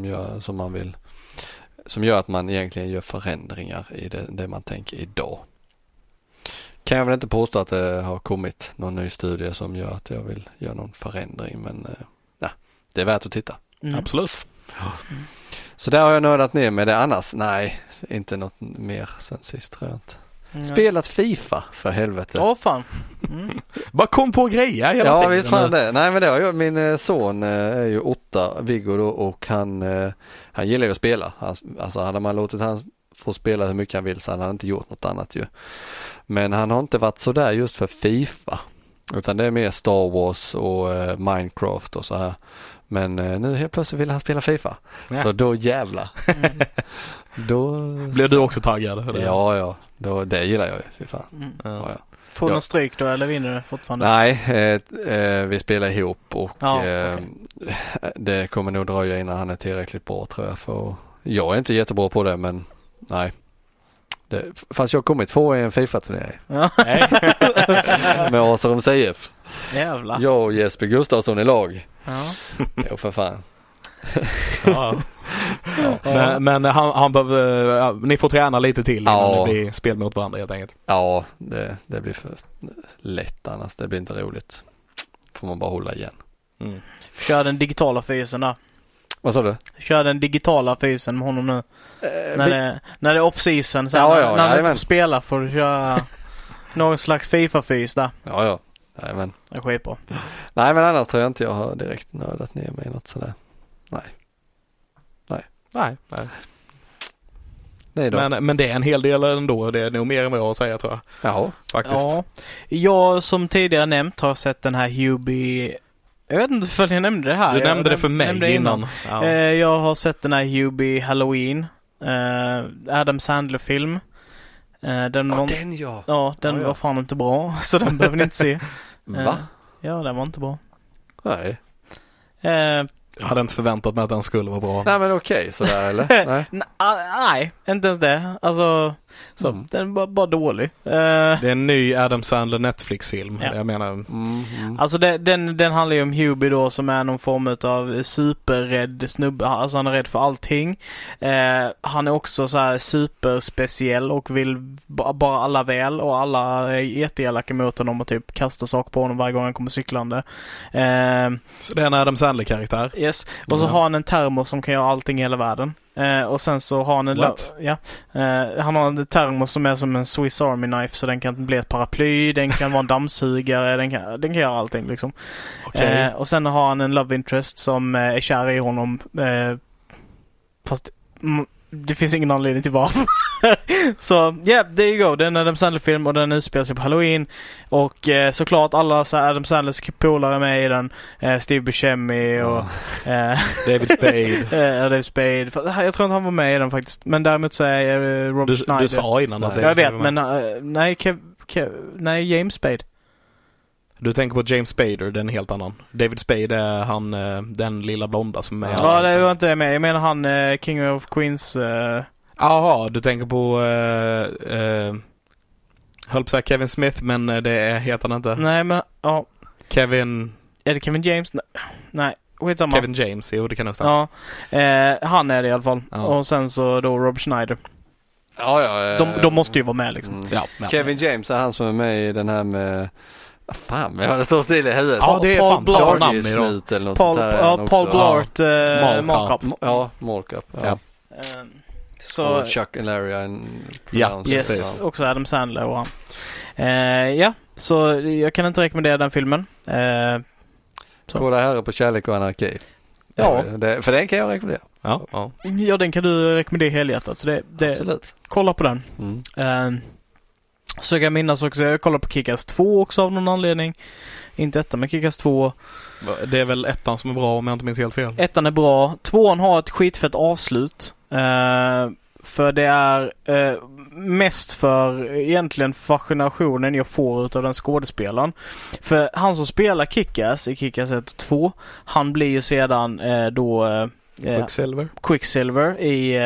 gör att man egentligen gör förändringar i det man tänker idag. Kan jag väl inte påstå att det har kommit någon ny studie som gör att jag vill göra någon förändring, men det är värt att titta. Absolut. Så där har jag nördat ner med det. Annars, nej, inte något mer sen sist tror jag inte. Spelat FIFA, för helvete. Åh fan. Bara kom på grejer hela tiden. Ja, visst fan det. Nej, men det har jag. Min son är ju 8, Viggo då, och han gillar ju att spela. Alltså hade man låtit han få spela hur mycket han vill så hade han inte gjort något annat ju. Men han har inte varit så där just för FIFA, utan det är mer Star Wars och Minecraft och så här. Men nu helt plötsligt vill han spela FIFA. Ja. Så då jävla. Då blir du också taggad? Eller? Ja. Det gillar jag ju. FIFA. Ja. Får någon stryk då, eller vinner du fortfarande? Nej, vi spelar ihop och det kommer nog dröja innan han är tillräckligt bra, tror jag. För jag är inte jättebra på det, men nej. Fast jag har kommit 2 i en FIFA-turnering. Ja. Med Asarum CF. Jävlar. Jag och Jesper Gustafsson i lag. Ja. Jo, för fan. Men han behöver, ni får träna lite till innan det blir spel mot varandra helt enkelt. Ja, det blir för lätt annars. Det blir inte roligt. Får man bara hålla igen. Kör den digitala fysen då. Vad sa du? Kör den digitala fysen med honom nu. När det är off-season. När han inte får spela får du köra någon slags FIFA-fys där. Ja. Jajamän. Jag skiter på. Nej, men annars tror jag inte jag har direkt nördat ner mig något sådär. Nej då. Men det är en hel del ändå. Det är nog mer än vad jag har att säga, tror jag. Ja. Faktiskt. Ja. Jag som tidigare nämnt har sett den här Hubie. Jag vet inte för jag nämnde det här. Du nämnde det för mig innan. Ja. Jag har sett den här Hubie Halloween. Adam Sandler-film. Den var fan inte bra. Så den behöver ni inte se. Va? Ja, den var inte bra. Nej. Jag hade inte förväntat mig att den skulle vara bra. Nej, men okej, sådär eller? Nej, inte ens det. Alltså, den var bara dålig. Det är en ny Adam Sandler Netflix-film. Jag menar. Alltså den handlar ju om Hubie då, som är någon form av superrädd snubbe. Alltså han är rädd för allting. Han är också så här superspeciell och vill bara alla väl, och alla är jätteelaka mot honom och typ kastar saker på honom varje gång han kommer cyklande. Så det är en Adam Sandler-karaktär? Yes. Och så har han en termos som kan göra allting i hela världen. Och sen så har han han har en termos som är som en Swiss Army knife, så den kan bli ett paraply, den kan vara en dammsugare, den kan göra allting liksom. Okay. Och sen har han en love interest som är kär i honom, fast det finns ingen anledning till varför. Så there you go. Den är Adam Sandler-film och den utspelar sig på Halloween. Och såklart alla så Adam Sandlers polare med i den. Steve Buscemi och David Spade. David Spade. Jag tror inte han var med i den faktiskt. Men däremot så är Robert Schneider. Du sa innan att jag vet, men nej, James Spade. Du tänker på James Spader, den är helt annan. David Spade är han, den lilla blonda som är... Ja, det var inte det med. Jag menar han King of Queens... Jaha, du tänker på... höll på att säga Kevin Smith, men det heter han inte. Nej, men... Ja. Kevin... Är det Kevin James? Nej. Skitsamma. Kevin James, jo det kan jag stämma. Ja, han är det i alla fall. Ja. Och sen så då Robert Schneider. De måste ju vara med liksom. Kevin James är han som är med i den här med... Fan, jag hade stått still i huvudet. Ja, det är Paul fan Blart namn snut eller något sånt här. Paul Blart, Markup. Ja, Markup. Ja. Så och Chuck and Larry and yes, också Adam Sandler och han. Så jag kan inte rekommendera den filmen. Kolla här på Kärlek och anarki. Ja. För den kan jag rekommendera. Ja, den kan du rekommendera helhjärtat. Så det absolut. Kolla på den. Så jag kan minnas också, jag kollar på Kick-Ass 2 också av någon anledning. Inte ettan, men Kick-Ass 2. Det är väl ettan som är bra om jag inte minns helt fel. Ettan är bra. Tvåan har ett skitfett avslut. För det är mest för egentligen fascinationen jag får utav den skådespelaren. För han som spelar Kick-Ass i Kick-Ass 1 och 2, han blir ju sedan Quicksilver i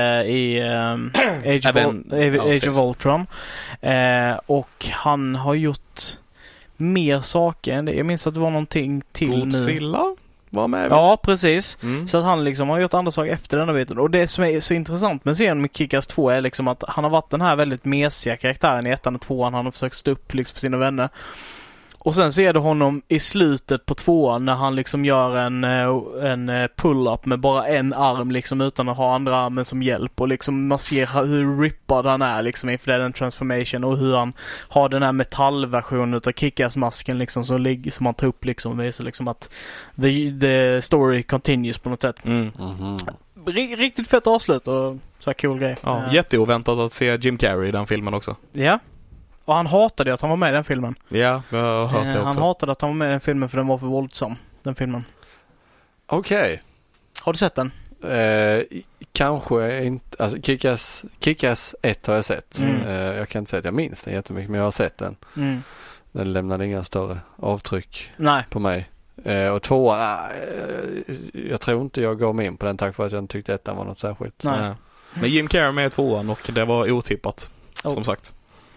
Age of Ultron. Och han har gjort mer saker än det. Jag minns att det var någonting till Godzilla var med. Ja, precis. Så att han liksom har gjort andra saker efter den här biten. Och det som är så intressant med serien med Kick-Ass 2 är liksom att han har varit den här väldigt mesiga karaktären i ettan och tvåan. Han har försökt stå upp liksom för sina vänner. Och sen ser du honom i slutet på tvåan när han liksom gör en pull-up med bara en arm liksom utan att ha andra armen som hjälp. Och liksom man ser hur rippad han är liksom inför den transformation och hur han har den här metallversionen utav Kick-Ass-masken liksom som han tar upp liksom. Det är så liksom att the story continues på något sätt. Riktigt fett avslut och så här cool grej. Ja, jätteoväntat att se Jim Carrey i den filmen också. Ja. Och han hatade att han var med i den filmen. Ja, jag har hört det också. Han hatade att han var med i den filmen för den var för våldsam, den filmen. Okej. Har du sett den? Kanske inte. Alltså Kick-Ass 1 har jag sett. Jag kan inte säga att jag minns den jättemycket, men jag har sett den. Den lämnade inga större avtryck på mig. Och tvåan, jag tror inte jag går med in på den tack för att jag inte tyckte att den var något särskilt. Nej. Men Jim Carrey med i tvåan och det var otippat, som sagt.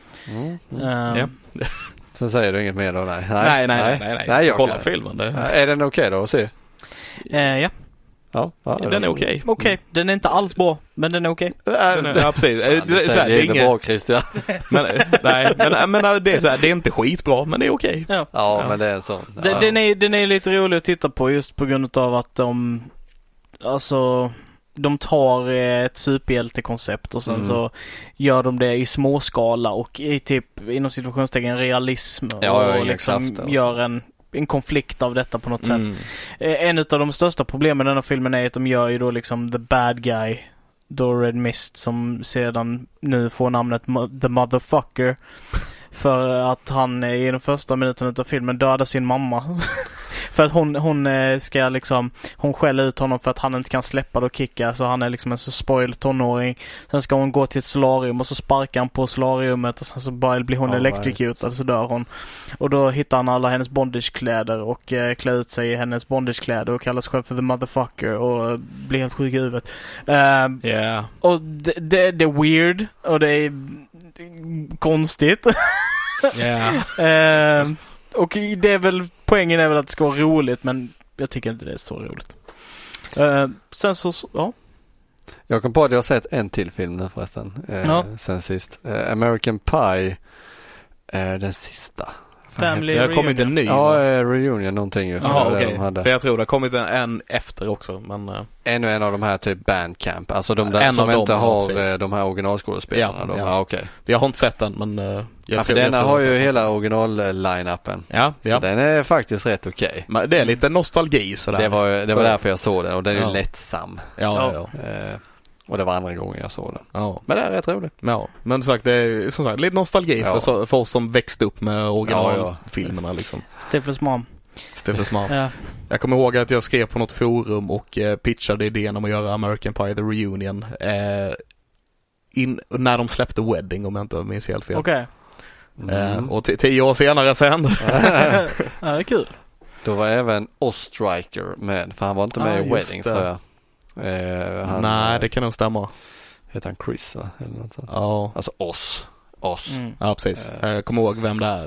Sen säger du inget mer då? Nej, jag kollar filmen. Är den okej då att se? Ja. Ja, den är okej. Okej, den är inte alls bra, men den är okej. Ja, precis. Det är inte bra, Christian. Men det är så här, det är inte skitbra, men det är okej. Ja, men det är en sån. Den är lite rolig att titta på just på grund av att de tar ett superhjältekoncept och sen så gör de det i småskala och i typ inom situationstecken realism och liksom gör en konflikt av detta på något sätt. En av de största problemen i den här filmen är att de gör ju då liksom the bad guy, då Red Mist, som sedan nu får namnet The Motherfucker för att han i den första minuten av filmen dödar sin mamma. För att hon ska liksom, hon skäller ut honom för att han inte kan släppa då Kicka, så han är liksom en så spoiled tonåring. Sen ska hon gå till ett solarium och så sparkar han på solariumet och sen så bara blir hon electrocutad, så dör hon. Och då hittar han alla hennes bondagekläder och klär ut sig i hennes bondagekläder och kallar sig själv för the motherfucker och blir helt sjuk i huvudet. Och det är weird och det är konstigt. Och det är väl, poängen är väl att det ska vara roligt, men jag tycker inte det är så roligt. Sen så, ja. Jag kom på att jag har sett en till film nu förresten, sen sist. American Pie, den sista. Family det har kommit en ny. Ja, reunion någonting. För jag tror det har kommit en efter också. Men, ännu en av de här typ Bandcamp. Alltså de där som inte har de här originalskådespelarna. Okay. Jag har inte sett den, men jag tror den har ju hela original-line-upen. Så den är faktiskt rätt okej. Men det är lite nostalgi sådär. Det var därför jag såg den, och den är ju lättsam. Och det var andra gången jag såg den. Ja. Men det är rätt roligt. Ja, men det är som sagt lite nostalgi för oss som växte upp med originalfilmerna liksom. Stifles mom. Ja. Jag kommer ihåg att jag skrev på något forum och pitchade idén om att göra American Pie The Reunion när de släppte Wedding, om jag inte minns helt fel. Okej. Och 10 år senare så hände det. Ja, det är kul. Då var även Ostriker med, för han var inte med i Wedding tror jag. Nej, det kan nog stämma. Heter han Chris eller något sånt? Ja. Alltså Oss. Ja, precis. Jag kommer ihåg vem det är.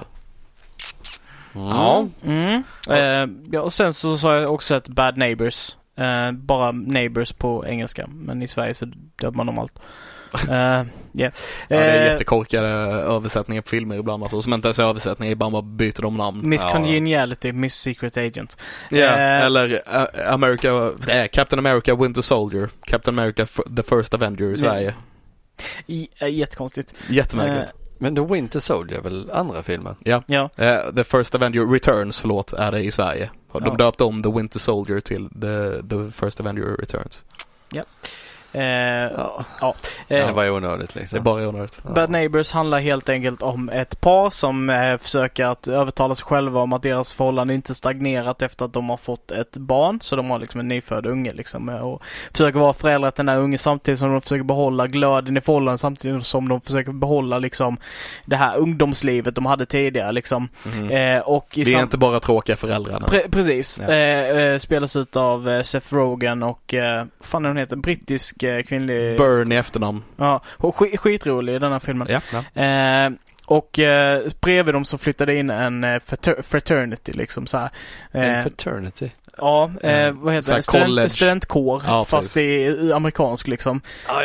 Och sen så har jag också sett Bad Neighbors. Bara Neighbors på engelska, men i Sverige så dömer man om allt. Det är jättekorkade översättningar på filmer ibland, alltså, som inte ens är översättningar, ibland bara byter de namn. Miss Congeniality, Miss Secret Agent. Eller Captain America Winter Soldier, Captain America The First Avenger i Sverige. Jättekonstigt. Jättemärkligt. Men The Winter Soldier är väl andra filmen? Ja. The First Avenger Returns, är det i Sverige. De döpte om The Winter Soldier till The First Avenger Returns. Ja. Det var onödigt liksom. Det är bara onödigt. Bad Neighbors handlar helt enkelt om ett par som försöker att övertala sig själva om att deras förhållande inte stagnerat efter att de har fått ett barn. Så de har liksom en nyfödd unge liksom, och försöker vara föräldrar till den här unge samtidigt som de försöker behålla glöden i förhållandet, samtidigt som de försöker behålla liksom det här ungdomslivet de hade tidigare liksom. Och det är inte bara tråkiga föräldrar. Precis. Spelas ut av Seth Rogen och fan hon heter brittisk kvinnlig Burn i efternamn. Ja, och skitrolig i den här filmen. Och bredvid dem så flyttade in en fraternity liksom så här. En fraternity? Ja, vad heter det? Studentkår, fast i amerikansk liksom.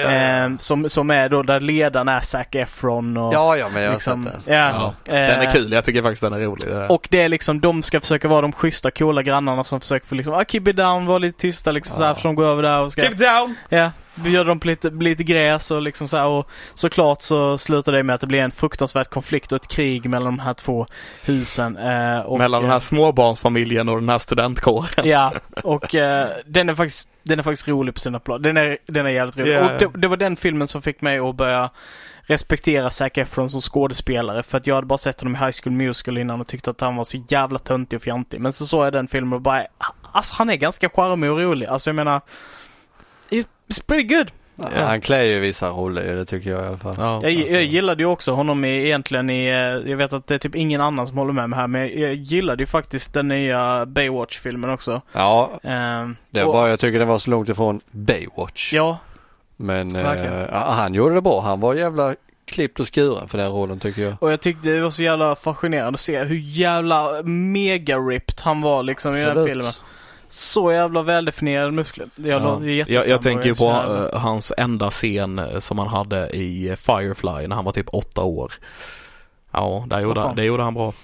Som är då där ledaren är Zac Efron och men jag liksom, har sett den. Den är kul, jag tycker faktiskt den är rolig. Och det är liksom, de ska försöka vara de schyssta, coola grannarna som försöker få liksom, keep it down, vara lite tysta liksom så här, för de går över där och ska... Keep it down! Ja, gör de på lite gräs och liksom så här, och såklart så slutar det med att det blir en fruktansvärd konflikt och ett krig mellan de här två husen. Mellan den här småbarnsfamiljen och den här studentkåren. Ja, och den är faktiskt rolig på sina plan. Den är jävligt rolig. Och det var den filmen som fick mig att börja respektera Zac Efron som skådespelare, för att jag hade bara sett honom i High School Musical innan och tyckte att han var så jävla töntig och fjantig. Men så såg jag den filmen och bara, alltså han är ganska charmig och rolig. Alltså jag menar, it's pretty good. Ja, han klär ju vissa roller, det tycker jag i alla fall. Ja, jag gillade ju också honom egentligen jag vet att det är typ ingen annan som håller med mig här, men jag gillade ju faktiskt den nya Baywatch-filmen också. Ja, det var bara, jag tycker det var så långt ifrån Baywatch. Ja. Men han gjorde det bra, han var jävla klippt och skuren för den rollen tycker jag. Och jag tyckte det var så jävla fascinerande att se hur jävla mega-ripped han var liksom i den filmen. Så jävla väldefinierad muskler. Jag tänker ju på hans enda scen som han hade i Firefly när han var typ 8 år. Ja, det gjorde han bra.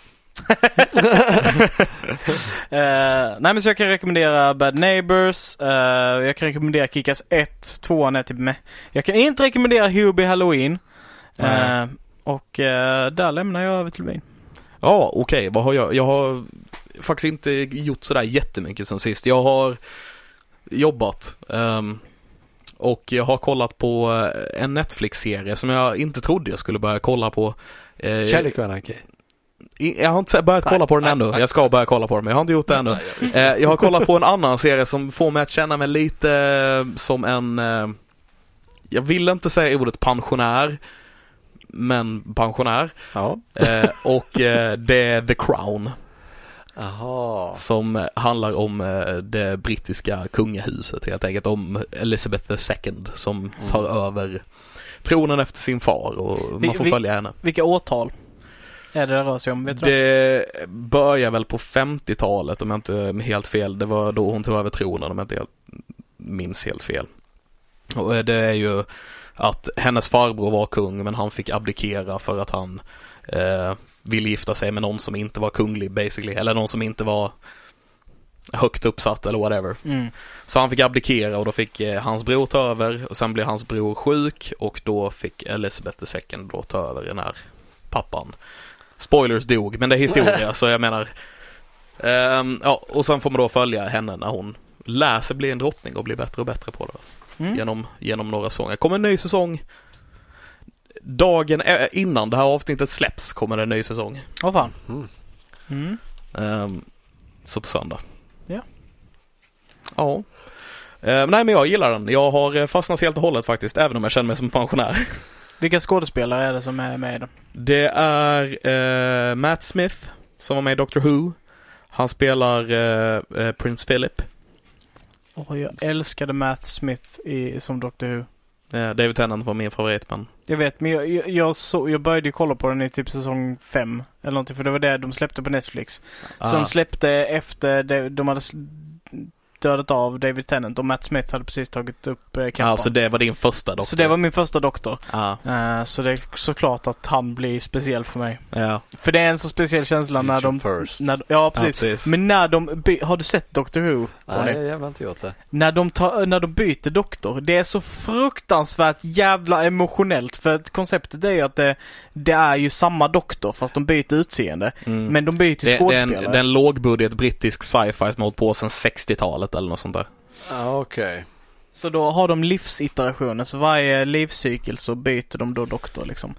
Nej, men så jag kan rekommendera Bad Neighbors. Jag kan rekommendera Kick-Ass 1. 2:an är typ med. Jag kan inte rekommendera Hubie Halloween. Och där lämnar jag över till Vin. Ja, okej. Vad har jag? Jag har faktiskt inte gjort sådär jättemycket sen sist. Jag har jobbat och jag har kollat på en Netflix-serie som jag inte trodde jag skulle börja kolla på. Kärlek och anarki. Jag har inte börjat kolla på den ännu. Jag ska börja kolla på den, men jag har inte gjort det ännu. Jag har kollat på en annan serie som får mig att känna mig lite som en... jag vill inte säga ordet pensionär, men pensionär. Ja. Och det är The Crown. Aha. Som handlar om det brittiska kungahuset, helt enkelt. Om Elizabeth II som tar över tronen efter sin far, och man får följa henne. Vilka årtal är det rör sig om? Vet du? Det börjar väl på 50-talet om jag inte helt fel. Det var då hon tog över tronen, om jag inte minns helt fel. Och det är ju att hennes farbror var kung, men han fick abdikera för att han ville gifta sig med någon som inte var kunglig basically, eller någon som inte var högt uppsatt eller whatever. Så han fick abdikera, och då fick hans bror ta över, och sen blev hans bror sjuk, och då fick Elizabeth II då ta över när pappan, spoilers, dog, men det är historia. Så jag menar ja, och sen får man då följa henne när hon lär sig bli en drottning och blir bättre och bättre på det genom några säsonger. Det kommer en ny säsong dagen innan det här avsnittet släpps, kommer det en ny säsong. Åh fan. Så på söndag. Ja. Ja. Nej, men jag gillar den. Jag har fastnat helt och hållet faktiskt, även om jag känner mig som pensionär. Vilka skådespelare är det som är med i den? Det är Matt Smith som var med i Doctor Who. Han spelar Prince Philip. Jag älskade Matt Smith som Doctor Who. David Tennant var min favorit, men... Jag vet, men jag började kolla på den i typ säsong 5 eller någonting, för det var det de släppte på Netflix. Så de släppte efter de hade dödat av David Tennant, och Matt Smith hade precis tagit upp kappan. Ja, så det var din första doktor? Så det var min första doktor. Så det är såklart att han blir speciell för mig. Ja. För det är en så speciell känsla när de... Ja, precis. Men när de... Har du sett Doctor Who? Nej, jag har inte gjort det. När de byter doktor, det är så fruktansvärt jävla emotionellt, för att konceptet är ju att det är ju samma doktor fast de byter utseende. Men de byter skådespelare. Det är en lågbudget brittisk sci-fi som har hållit på sedan 60-talet eller något sånt där. Okej. Så då har de livsiterationer, så varje livscykel så byter de då doktor liksom.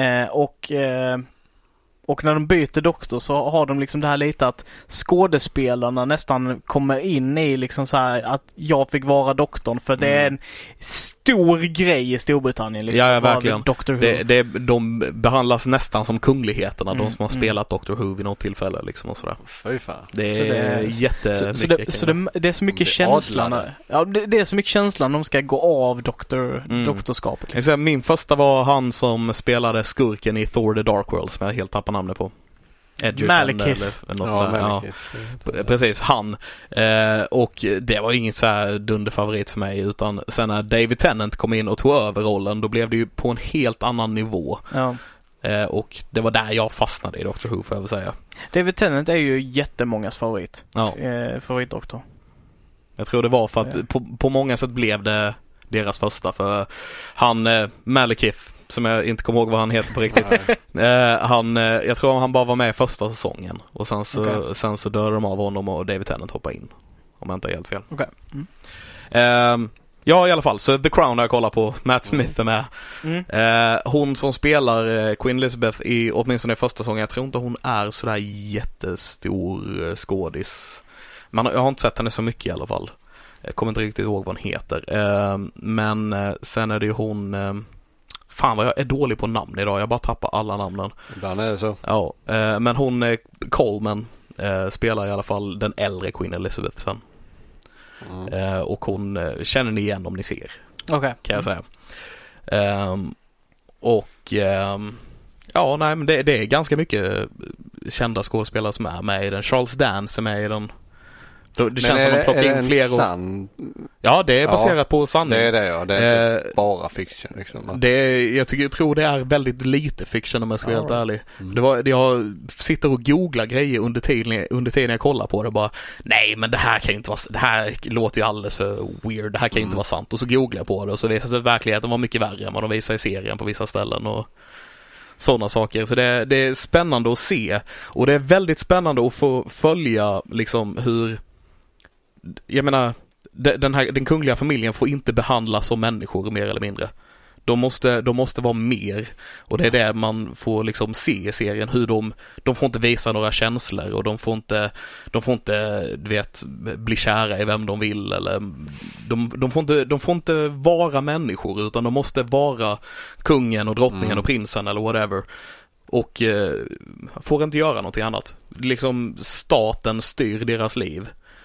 Och när de byter doktor så har de liksom det här lite att skådespelarna nästan kommer in i liksom så här att jag fick vara doktorn, för det är en stor grej i Storbritannien liksom. Ja, verkligen. Doctor Who. De behandlas nästan som kungligheterna, de som har spelat Doctor Who vid något tillfälle liksom och sådär. Fy fan. Det är jättemycket. Så det är så mycket känslan. Ja, det är så mycket känslan de ska gå av doktorskapet. Liksom. Min första var han som spelade skurken i Thor the Dark World, som jag helt tappar namnet på. Malekith. Precis, han. Och det var inget så här dunderfavorit för mig, utan sen när David Tennant kom in och tog över rollen, då blev det ju på en helt annan nivå. Ja. Och det var där jag fastnade i Doctor Who, får jag väl säga. David Tennant är ju jättemångas favoritdoktor. Jag tror det var för att på många sätt blev det deras första, för han Malekith, som jag inte kommer ihåg vad han heter på riktigt. Jag tror han bara var med i första säsongen, och sen så dödade de av honom och David Tennant hoppade in, om jag inte är helt fel. Ja, i alla fall, så The Crown har jag kollat på. Matt Smith är med. Hon som spelar Queen Elizabeth i åtminstone i första säsongen, jag tror inte hon är sådär jättestor skådis. Men jag har inte sett henne så mycket i alla fall. Jag kommer inte riktigt ihåg vad hon heter. Men sen är det ju hon... Fan vad jag är dålig på namn idag. Jag bara tappar alla namnen. Ibland är det så. Ja, men hon Coleman spelar i alla fall den äldre Queen Elizabeth sen. Och hon känner ni igen om ni ser. Okej. Kan jag säga. Ja, nej, men det är ganska mycket kända skådespelare som är med i den. Charles Dance är med i den. Det känns som att de plockar in fler. Ja, det är baserat på sanning. Det är det, ja. Det är inte bara fiction liksom. Jag tror det är väldigt lite fiction, om jag ska vara helt ärlig. Jag sitter och googlar grejer under tiden jag kollar på det, bara nej, men det här kan ju inte vara, det här låter ju alldeles för weird, det här kan ju inte vara sant, och så googlar jag på det och så visar sig att verkligheten var mycket värre än vad de visar i serien på vissa ställen, och sådana saker. Så det är spännande att se. Och det är väldigt spännande att få följa liksom hur, jag menar, den kungliga familjen får inte behandlas som människor mer eller mindre. De måste vara mer, och det är det man får liksom se i serien, hur de får inte visa några känslor, och de får inte du vet, bli kära i vem de vill, eller de får inte vara människor, utan de måste vara kungen och drottningen och prinsen eller whatever, och får inte göra någonting annat. Liksom staten styr deras liv.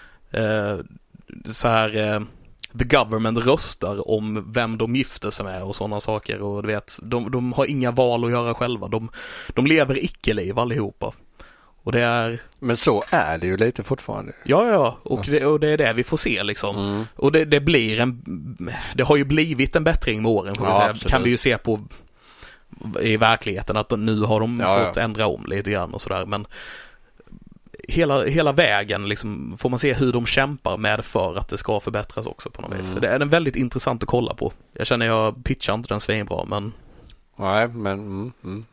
Så här, the government röstar om vem de gifter sig med och sådana saker, och du vet, de har inga val att göra själva. De lever icke-liv allihopa. Och det är... Men så är det ju lite fortfarande. Ja, och det är det vi får se liksom. Och det har ju blivit en bättring med åren, får vi säga. Kan vi ju se på i verkligheten, att nu har de fått ändra om lite grann och sådär, men hela vägen liksom får man se hur de kämpar med för att det ska förbättras också på något vis. Så det är en väldigt intressant att kolla på. Jag känner jag pitchar inte den svinbra, men... Nej, men...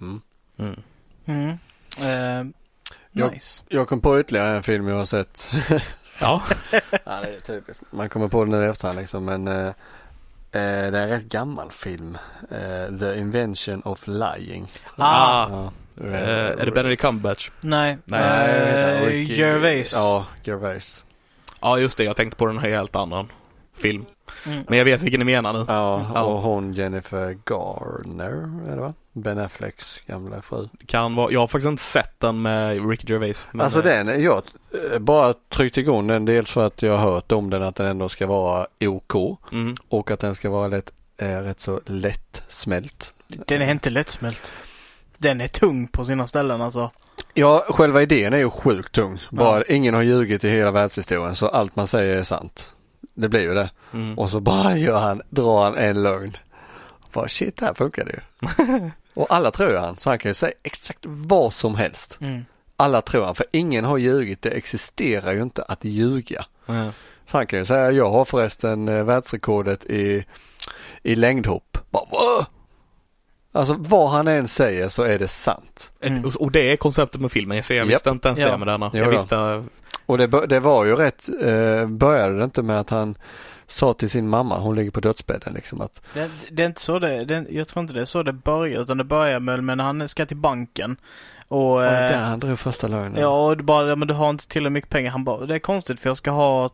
Nice. Jag kom på ytterligare en film jag har sett. Ja. Det är typiskt. Man kommer på den i efterhand liksom, men det är en rätt gammal film. The Invention of Lying. Är det Benedict Cumberbatch? Nej. Gervais. Ja, Gervais. Ja, just det. Jag tänkte på den här helt annan film. Men jag vet vilken ni menar nu. Ja, och hon Jennifer Garner, är det va? Ben Afflecks gamla fru. Kan vara. Jag har faktiskt inte sett den med Ricky Gervais. Men alltså jag bara tryckte igång den, dels för att jag har hört om den, att den ändå ska vara OK och att den ska vara rätt så lättsmält. Den är inte lättsmält. Den är tung på sina ställen alltså. Ja, själva idén är ju sjukt tung. Bara ingen har ljugit i hela världshistorien, så allt man säger är sant. Det blir ju det. Och så bara drar han en lögn. Bara shit, här funkar det ju. Och alla tror han, så han kan ju säga exakt vad som helst. Alla tror han, för ingen har ljugit. Det existerar ju inte att ljuga. Så han kan ju säga, jag har förresten världsrekordet i längdhopp. Bara, alltså vad han än säger så är det sant. Och det är konceptet med filmen. Jag visste inte ens det med denna. Jag visste... Och det var ju rätt, började det inte med att han sa till sin mamma, hon ligger på dödsbädden liksom, att... Det är inte så jag tror inte det är så det börjar, utan det börjar med när han ska till banken. Och där han drog första lögnen. Ja, och men du har inte tillräckligt mycket pengar. Han bara, det är konstigt för jag ska ha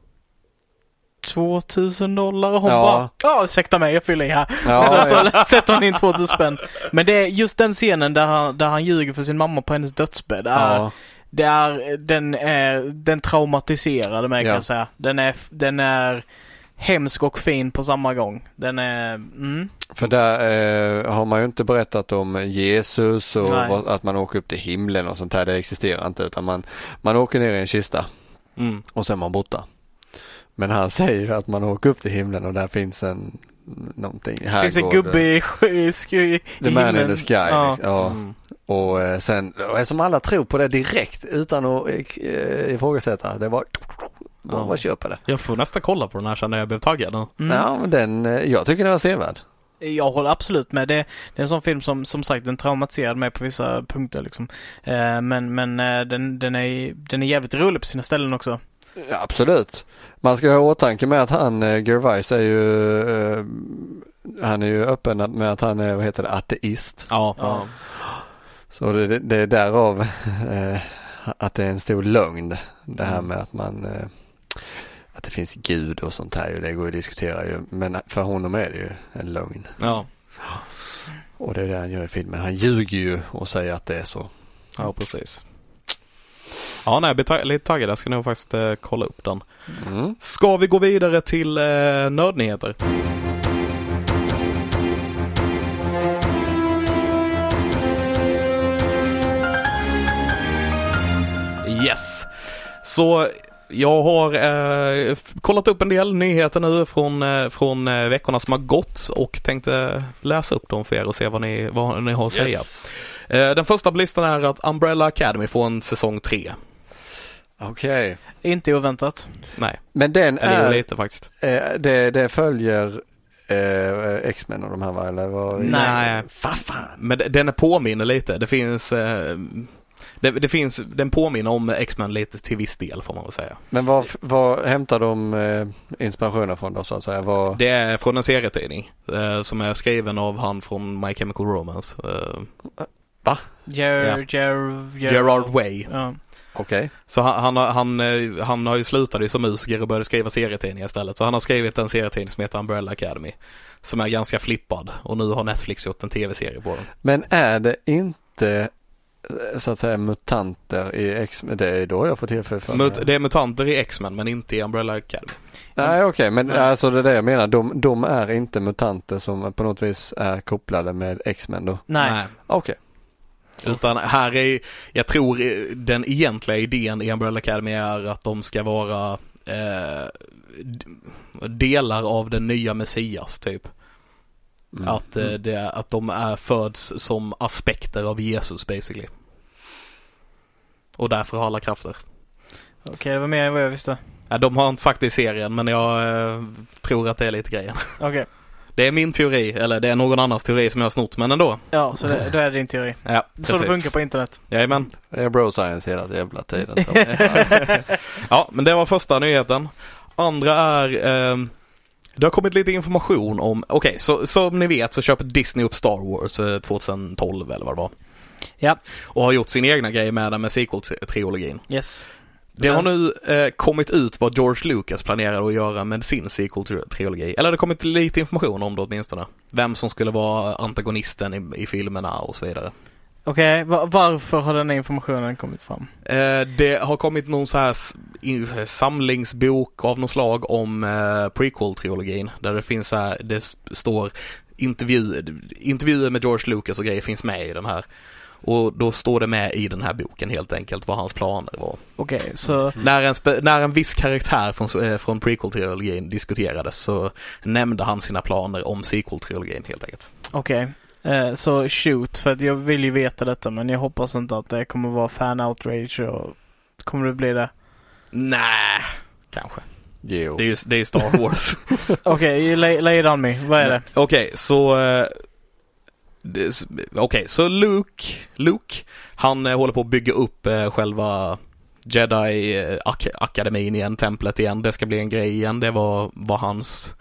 $2,000 och hon bara, ursäkta mig, jag fyller i här. Så sätter hon in 2,000 spänn. Men det är just den scenen där han ljuger för sin mamma på hennes dödsbädd. Den traumatiserade mig, kan jag säga. Den är hemsk och fin på samma gång. Den är... För där har man ju inte berättat om Jesus och att man åker upp till himlen och sånt här. Det existerar inte, utan man åker ner i en kista och sen man borta. Men han säger ju att man åker upp till himlen och där finns någonting. Det finns en gubbe i The Man in the Sky. Ja. Och sen, som alla tror på det direkt utan att ifrågasätta. Det var vad köper det? Jag får nästan kolla på den här sen när jag blev taggad. Ja, men jag tycker den var sevärd. Jag håller absolut med. Det är en sån film som sagt, den traumatiserade mig på vissa punkter liksom. Men den är jävligt rolig på sina ställen också. Ja, absolut. Man ska ha åtanke med att han, Gervais, är ju han är ju öppen med att han är, ateist. Ja. Så det är därav att det är en stor lögn. Det här med att att det finns Gud och sånt här, det går att diskutera ju. Men för honom är det ju en lögn. Ja. Och det är det han gör i filmen. Han ljuger ju och säger att det är så. Ja, precis. Ja, nej, jag blir lite taggad. Jag ska nog faktiskt kolla upp den. Ska vi gå vidare till nördnyheter? Yes. Så jag har kollat upp en del nyheter nu från veckorna som har gått och tänkte läsa upp dem för er och se vad ni har att säga. Den första på listan är att Umbrella Academy får en säsong 3. Okej. Inte oväntat. Nej. Men den är lite faktiskt. Det följer X-Men och de här, eller vad? Nej. Fan. Men den påminner lite. Det finns... den påminner om X-Men lite till viss del, får man väl säga. Men vad hämtar de inspirationen från då, så att säga? Det är från en serietidning som är skriven av han från My Chemical Romance. Va? Gerard Way. Ja. Okej. Så han har ju slutat som musiker och började skriva serietidningar istället. Så han har skrivit en serietidning som heter Umbrella Academy, som är ganska flippad. Och nu har Netflix gjort en tv-serie på den. Men är det inte, så att säga, mutanter i X-Men? Det är då jag får tillfälle för det är mutanter i X-Men, men inte i Umbrella Academy. Nej, okej. Men alltså det är det jag menar. De är inte mutanter som på något vis är kopplade med X-Men då? Nej. Okej. Utan här är, jag tror den egentliga idén i Umbrella Academy är att de ska vara delar av den nya Messias typ. Att de föds som aspekter av Jesus basically. Och därför har alla krafter. Okej, det var mer än vad jag visste. Ja, de har inte sagt det i serien, men jag tror att det är lite grejen. Okej. Det är min teori, eller det är någon annans teori som jag har snott, men ändå. Ja, så då är det din teori. Ja, så det funkar på internet. Jajamän. Det är bro science hela jävla tiden. Ja, men det var första nyheten. Andra är... det har kommit lite information om... Okej, så som ni vet så köper Disney upp Star Wars 2012 eller vad det var. Ja. Och har gjort sin egna grej med den med sequel-trilogin. Yes. Det har nu kommit ut vad George Lucas planerar att göra med sin sequel-trilogi. Eller det har kommit lite information om det åtminstone. Vem som skulle vara antagonisten i filmerna och så vidare. Okej, varför har den informationen kommit fram? Det har kommit någon så här samlingsbok av något slag om prequel-trilogin. Där det finns det står intervjuer med George Lucas och grejer finns med i den här. Och då står det med i den här boken helt enkelt vad hans planer var. Okej, så... När en viss karaktär från prequel-trilogin diskuterades så nämnde han sina planer om sequel-trilogin helt enkelt. Okej, så shoot, för att jag vill ju veta detta, men jag hoppas inte att det kommer vara fan-outrage och kommer det bli det? Nej, kanske. Jo. Det är ju Star Wars. Okej, lay it on me. Vad är det? Okej, så Luke, han håller på att bygga upp själva Jedi-akademin igen, templet igen. Det ska bli en grej igen. Det var hans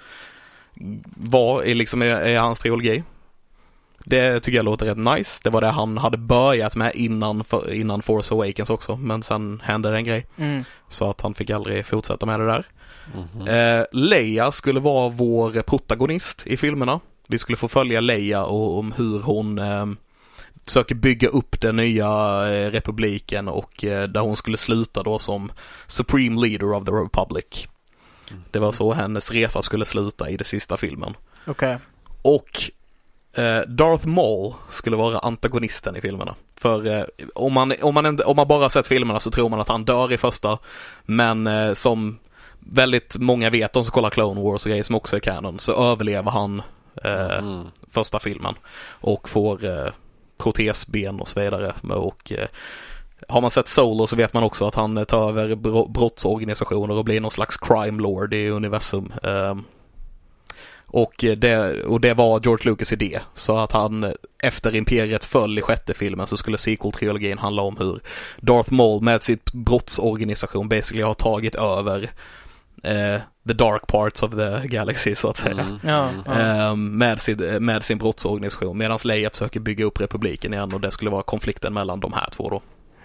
hans trilogi. Det tycker jag låter rätt nice. Det var det han hade börjat med innan Force Awakens också. Men sen hände det en grej. Så att han fick aldrig fortsätta med det där. Leia skulle vara vår protagonist i filmerna. Vi skulle få följa Leia och om hur hon försöker bygga upp den nya republiken och där hon skulle sluta då som Supreme Leader of the Republic. Det var så hennes resa skulle sluta i den sista filmen. Okej. Och Darth Maul skulle vara antagonisten i filmerna. För om man bara sett filmerna så tror man att han dör i första, men som väldigt många vet, de som kollar Clone Wars och grejer som också är canon, så överlever han första filmen och får protesben och så vidare. Och har man sett Solo så vet man också att han tar över brottsorganisationer och blir någon slags crime lord i universum. Och det var George Lucas idé. Så att han efter Imperiet föll i sjätte filmen så skulle sequel-trilogin handla om hur Darth Maul med sitt brottsorganisation basically har tagit över the dark parts of the galaxy så att säga. Med sin brottsorganisation, medan Leia försöker bygga upp republiken igen, och det skulle vara konflikten mellan de här två då.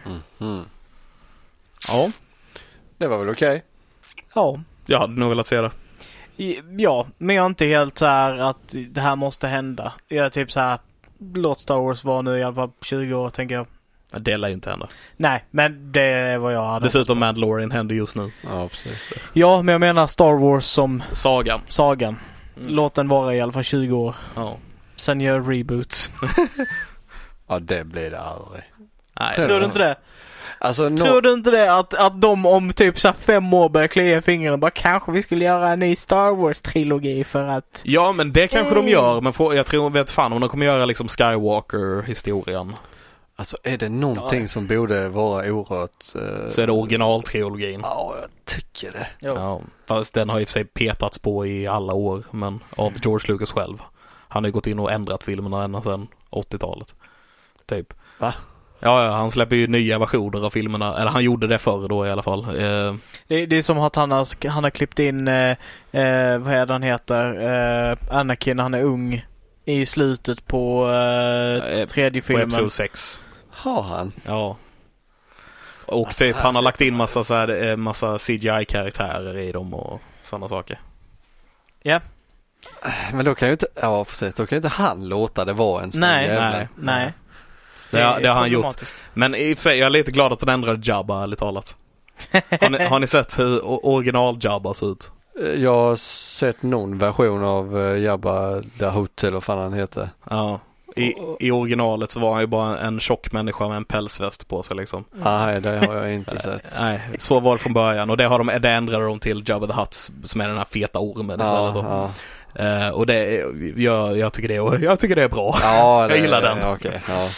Ja. Det var väl okej? Ja. Jag hade nog velat se det. Ja, men jag är inte helt så här att det här måste hända. Jag är typ så här, låt Star Wars vara nu i alla fall 20 år, tänker jag. Det lär ju inte hända. Nej, men det är vad jag hade. Dessutom Mandalorian händer just nu. Ja, precis. Ja, men jag menar Star Wars som sagan. Låt den vara i alla fall 20 år. Ja. Sen gör reboots. Ja, det blir det aldrig. Nej, tror du inte det? Alltså, tror du inte det att de om typ så 5 år börjar klia fingrarna bara kanske vi skulle göra en ny Star Wars-trilogi för att... Ja, men det kanske de gör, men jag tror vet fan om de kommer göra liksom Skywalker-historien. Alltså är det någonting som borde vara orört så är det originaltrilogin. Ja, jag tycker det. Ja, fast den har i och för sig petats på i alla år, men av George Lucas själv. Han har ju gått in och ändrat filmerna ända sedan 80-talet. Typ. Va? Ja, han släpper ju nya versioner av filmerna. Eller han gjorde det förr då i alla fall. Det är som att han har klippt in vad är det han heter? Anakin, han är ung i slutet på tredje filmen. På Episode 6. Har han? Ja. Och alltså, typ, han har lagt in massa CGI-karaktärer i dem och sådana saker. Ja. Men då kan ju inte, ja precis, då kan ju inte han låta det vara en sån jävla. Nej. Det har han gjort. Men i och för sig, jag är lite glad att han ändrade Jabba, ärligt talat. Har ni sett hur original Jabba ser ut? Jag har sett någon version av Jabba the Hutt, eller vad fan han heter. Ja. I originalet så var han ju bara en tjock människa med en pälsväst på sig liksom. Nej, det har jag inte sett. Nej, så var det från början. Och det ändrade de till Jabba the Hutt, som är den här feta ormen istället då. Ja. Och jag tycker det är bra. Ja, jag gillar den. Okay,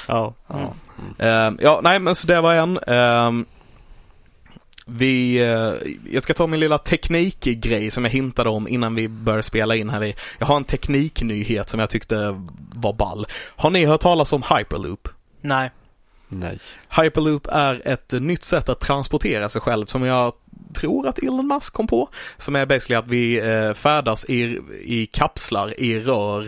nej men så det var en. Jag ska ta min lilla teknikgrej som jag hintade om innan vi började spela in här. Jag har en tekniknyhet som jag tyckte var ball. Har ni hört talas om Hyperloop? Nej. Hyperloop är ett nytt sätt att transportera sig själv som jag tror att Elon Musk kom på. Som är basically att vi färdas i kapslar, i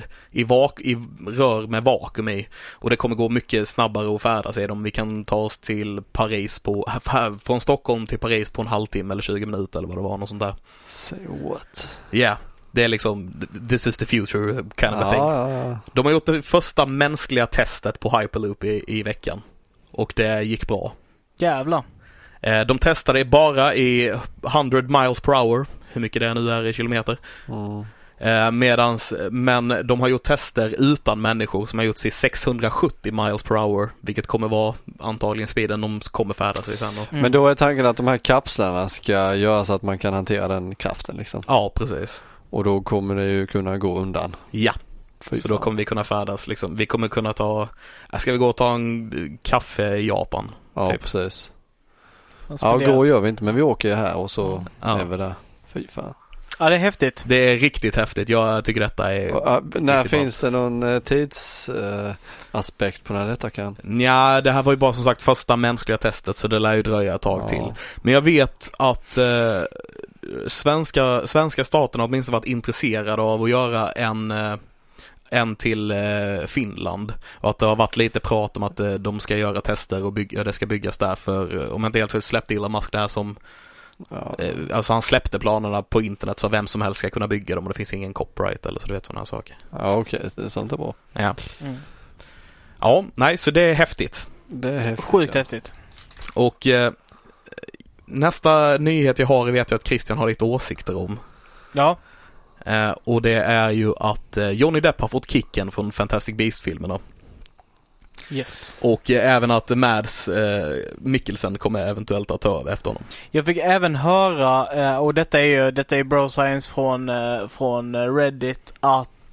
rör med vakuum i. Och det kommer gå mycket snabbare att färdas i dem. Vi kan ta oss till Paris från Stockholm till Paris på en halvtimme eller 20 minuter eller vad det var, något sånt där. Say what? Yeah. Det är liksom, this is the future kind of a thing. Ja. De har gjort det första mänskliga testet på Hyperloop i veckan. Och det gick bra. Jävlar. De testade bara i 100 miles per hour. Hur mycket det nu är i kilometer. Men de har gjort tester utan människor som har gjorts i 670 miles per hour. Vilket kommer vara antagligen speeden de kommer färdas i sen då. Men då är tanken att de här kapslarna ska göra så att man kan hantera den kraften liksom. Ja, precis. Och då kommer det ju kunna gå undan. Ja. Så då kommer vi kunna färdas liksom. Vi kommer kunna ska vi gå och ta en kaffe i Japan? Ja, typ. Precis. Ja, gå gör vi inte, men vi åker här och så är vi där. Fy fan. Ja, det är häftigt. Det är riktigt häftigt. Jag tycker detta är när finns det någon tidsaspekt på när detta kan? Ja, det här var ju bara som sagt första mänskliga testet, så det lär ju dröja ett tag till. Men jag vet att svenska staten har åtminstone varit intresserade av att göra en till Finland, och att det har varit lite prat om att de ska göra tester och det ska byggas där, för om jag inte helt fel släppte Elon Musk det här som alltså han släppte planerna på internet så vem som helst ska kunna bygga dem och det finns ingen copyright eller så, du vet, sådana här saker. Ja, okej, det är sånt är bra. Ja. Ja, nej, så det är häftigt. Det är häftigt. Sjukt häftigt. Och nästa nyhet jag har vet jag att Christian har lite åsikter om. Ja. Och det är ju att Johnny Depp har fått kicken från Fantastic Beasts-filmerna. Yes. Och även att Mads Mikkelsen kommer eventuellt att ta över efter honom. Jag fick även höra, och detta är Bro Science från Reddit, att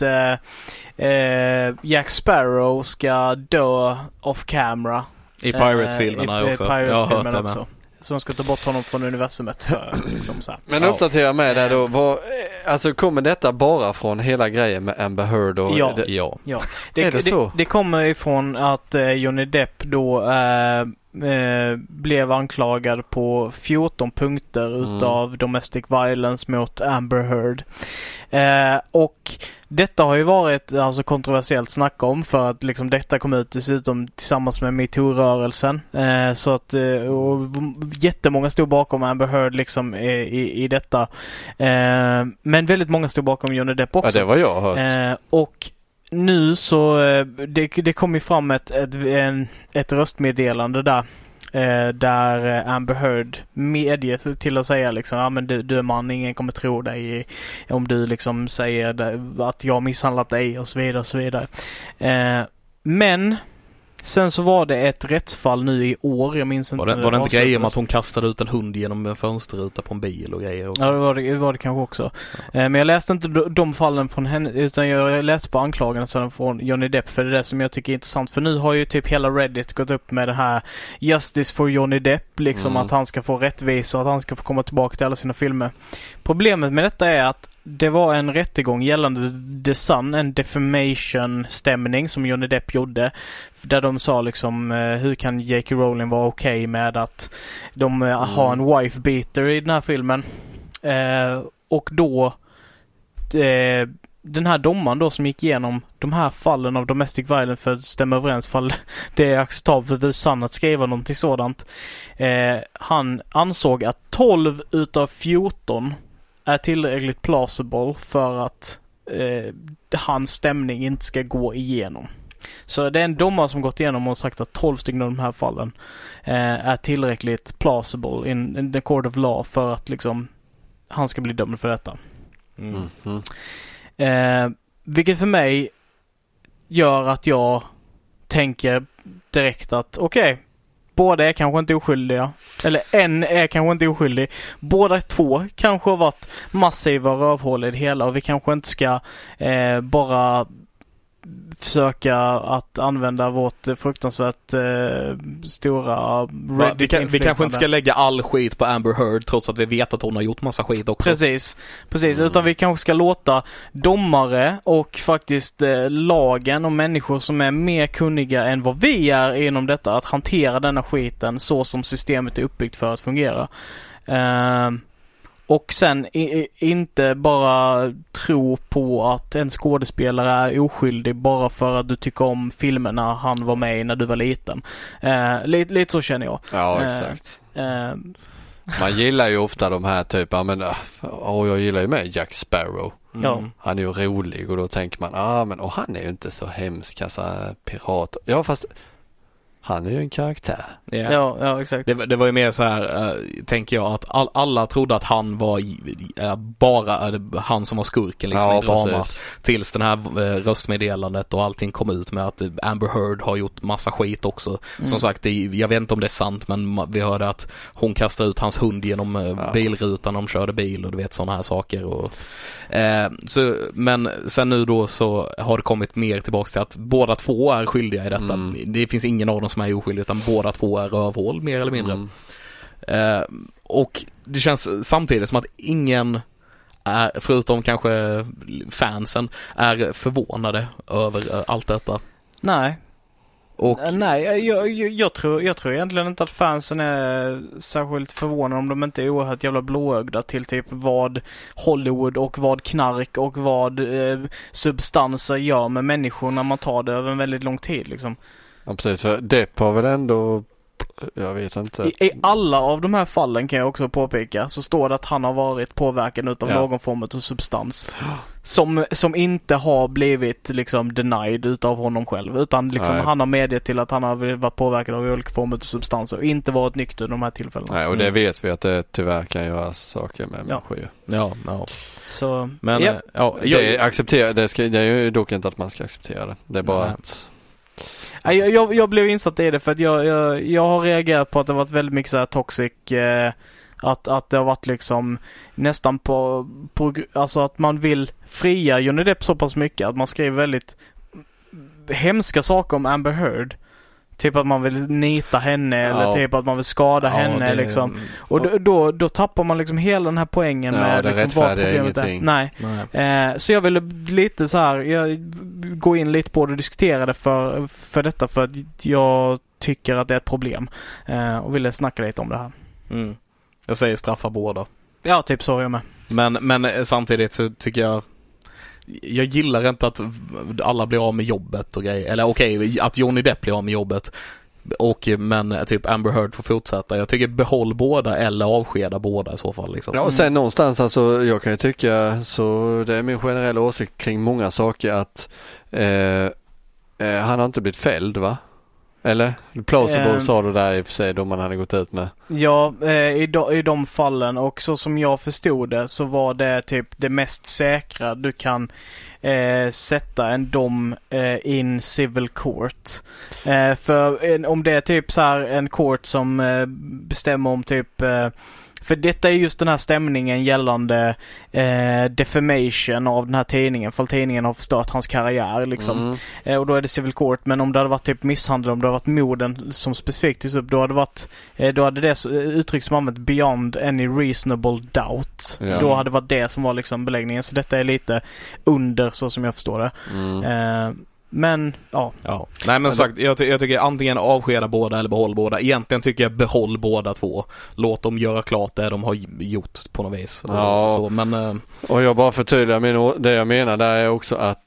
Jack Sparrow ska dö off camera. I Pirate-filmerna också. Jag har hört det med. Så de ska ta bort honom från universumet för, liksom så här. Men uppdatera med det då. Alltså kommer detta bara från hela grejen med Amber Heard? Och ja. Är det så? Det kommer ifrån att Johnny Depp då blev anklagad på 14 punkter utav domestic violence mot Amber Heard. Och detta har ju varit alltså kontroversiellt snack om, för att liksom detta kom ut dessutom tillsammans med MeToo-rörelsen. Så att och jättemånga stod bakom Amber Heard liksom i detta. Men väldigt många stod bakom Johnny Depp också. Ja, det var jag hört. Och nu så det kom ju fram ett röstmeddelande där Amber Heard medger till att säga liksom, ja men du är man, ingen kommer tro dig om du liksom säger att jag misshandlat dig och så vidare och så vidare. Men Sen så var det ett rättsfall nu i år, jag minns inte. Var det inte grejer om att hon kastade ut en hund genom en fönsterruta på en bil och grejer också? Ja, det var det kanske också. Men jag läste inte de fallen från henne, utan jag läste på anklagelserna från Johnny Depp, för det är det som jag tycker är intressant. För nu har ju typ hela Reddit gått upp med det här Justice for Johnny Depp, liksom att han ska få rättvisa och att han ska få komma tillbaka till alla sina filmer. Problemet med detta är att det var en rättegång gällande The Sun, en defamation-stämning som Johnny Depp gjorde, där de sa liksom hur kan J.K. Rowling vara okej med att de har en wife-beater i den här filmen. Och då den här domaren då som gick igenom de här fallen av domestic violence för att stämma överens fall det är acceptabelt för The Sun att skriva någonting sådant. Han ansåg att 12 utav 14 är tillräckligt plausible för att hans stämning inte ska gå igenom. Så det är en domare som gått igenom och sagt att 12 stycken av de här fallen är tillräckligt plausible in the court of law för att liksom han ska bli dömd för detta. Vilket för mig gör att jag tänker direkt att okej, båda är kanske inte oskyldiga. Eller en är kanske inte oskyldig. Båda två kanske har varit massiva rövhål i det hela. Och vi kanske inte ska bara försöka att använda vårt fruktansvärt stora Reddit-inflytande. Vi kanske inte ska lägga all skit på Amber Heard trots att vi vet att hon har gjort massa skit också. Precis. Utan vi kanske ska låta domare och faktiskt lagen och människor som är mer kunniga än vad vi är inom detta att hantera denna skiten så som systemet är uppbyggt för att fungera. Och sen inte bara tro på att en skådespelare är oskyldig bara för att du tycker om filmerna han var med i när du var liten. Lite så känner jag. Ja, exakt. Man gillar ju ofta de här typen, jag gillar ju med Jack Sparrow. Han är ju rolig och då tänker man, men han är ju inte så hemsk, alltså pirat. Ja, fast han är ju en karaktär. Ja, exakt. Det var ju mer så här, tänker jag, att alla trodde att han var bara han som var skurken liksom, i dramat. Tills den här röstmeddelandet och allting kom ut med att Amber Heard har gjort massa skit också. Som sagt, jag vet inte om det är sant, men vi hörde att hon kastade ut hans hund genom bilrutan när de körde bil och du vet sådana här saker. Och, men sen nu då så har det kommit mer tillbaka till att båda två är skyldiga i detta. Det finns ingen av dem som är oskyldig, utan båda två är rövhål mer eller mindre. Och det känns samtidigt som att ingen är, förutom kanske fansen, är förvånade över allt detta. Nej. Nej, jag tror egentligen inte att fansen är särskilt förvånade om de inte är oerhört jävla blåögda till typ vad Hollywood och vad knark och vad substanser gör med människor när man tar det över en väldigt lång tid liksom. Ja, precis, för Depp har väl ändå, jag vet inte. I alla av de här fallen kan jag också påpeka så står det att han har varit påverkad utav någon form av substans som inte har blivit liksom denied utav honom själv, utan liksom han har medgett till att han har varit påverkad av olika former av substanser och inte varit nykter de här tillfällena. Nej, och det vet vi att det tyvärr kan göra saker med människor. Ja. Så, men det är ju dock inte att man ska acceptera det. Det är bara att jag blev insatt i det för att jag har reagerat på att det har varit väldigt mycket så här toxic att det har varit liksom nästan på alltså att man vill fria Johnny Depp så pass mycket att man skriver väldigt hemska saker om Amber Heard. Typ att man vill nita henne eller typ att man vill skada henne liksom. Och då tappar man liksom hela den här poängen med liksom vad problemet är. Nej. Så jag ville lite så här gå in lite på det och diskutera det för detta för att jag tycker att det är ett problem. Och ville snacka lite om det här. Jag säger straffa båda. Ja, typ så är jag med. Men samtidigt så tycker jag gillar inte att alla blir av med jobbet och grejer. Eller okej, att Johnny Depp blir av med jobbet. Men typ Amber Heard får fortsätta. Jag tycker behåll båda eller avskeda båda i så fall. Liksom. Ja, och sen någonstans, alltså, jag kan ju tycka, så det är min generella åsikt kring många saker att han har inte blivit fälld, va? Eller? Plausible sa du där i och för sig då man hade gått ut med. Ja, i de fallen, och så som jag förstod det så var det typ det mest säkra du kan sätta en dom in civil court. För om det är typ så här en court som bestämmer om typ för detta är just den här stämningen gällande defamation av den här tidningen, för tidningen har förstört hans karriär liksom. Och då är det civil court, men om det hade varit typ misshandel, om det hade varit morden som specifikt togs upp, då hade det uttryck som använt beyond any reasonable doubt. Då hade det varit det som var liksom beläggningen, så detta är lite under så som jag förstår det. Men, ja. Nej, men sagt, jag tycker antingen avskeda båda eller behåll båda. Egentligen tycker jag behåll båda två. Låt dem göra klart det de har gjort på något vis. Ja. Så, men, och jag bara förtydligar det jag menar där är också att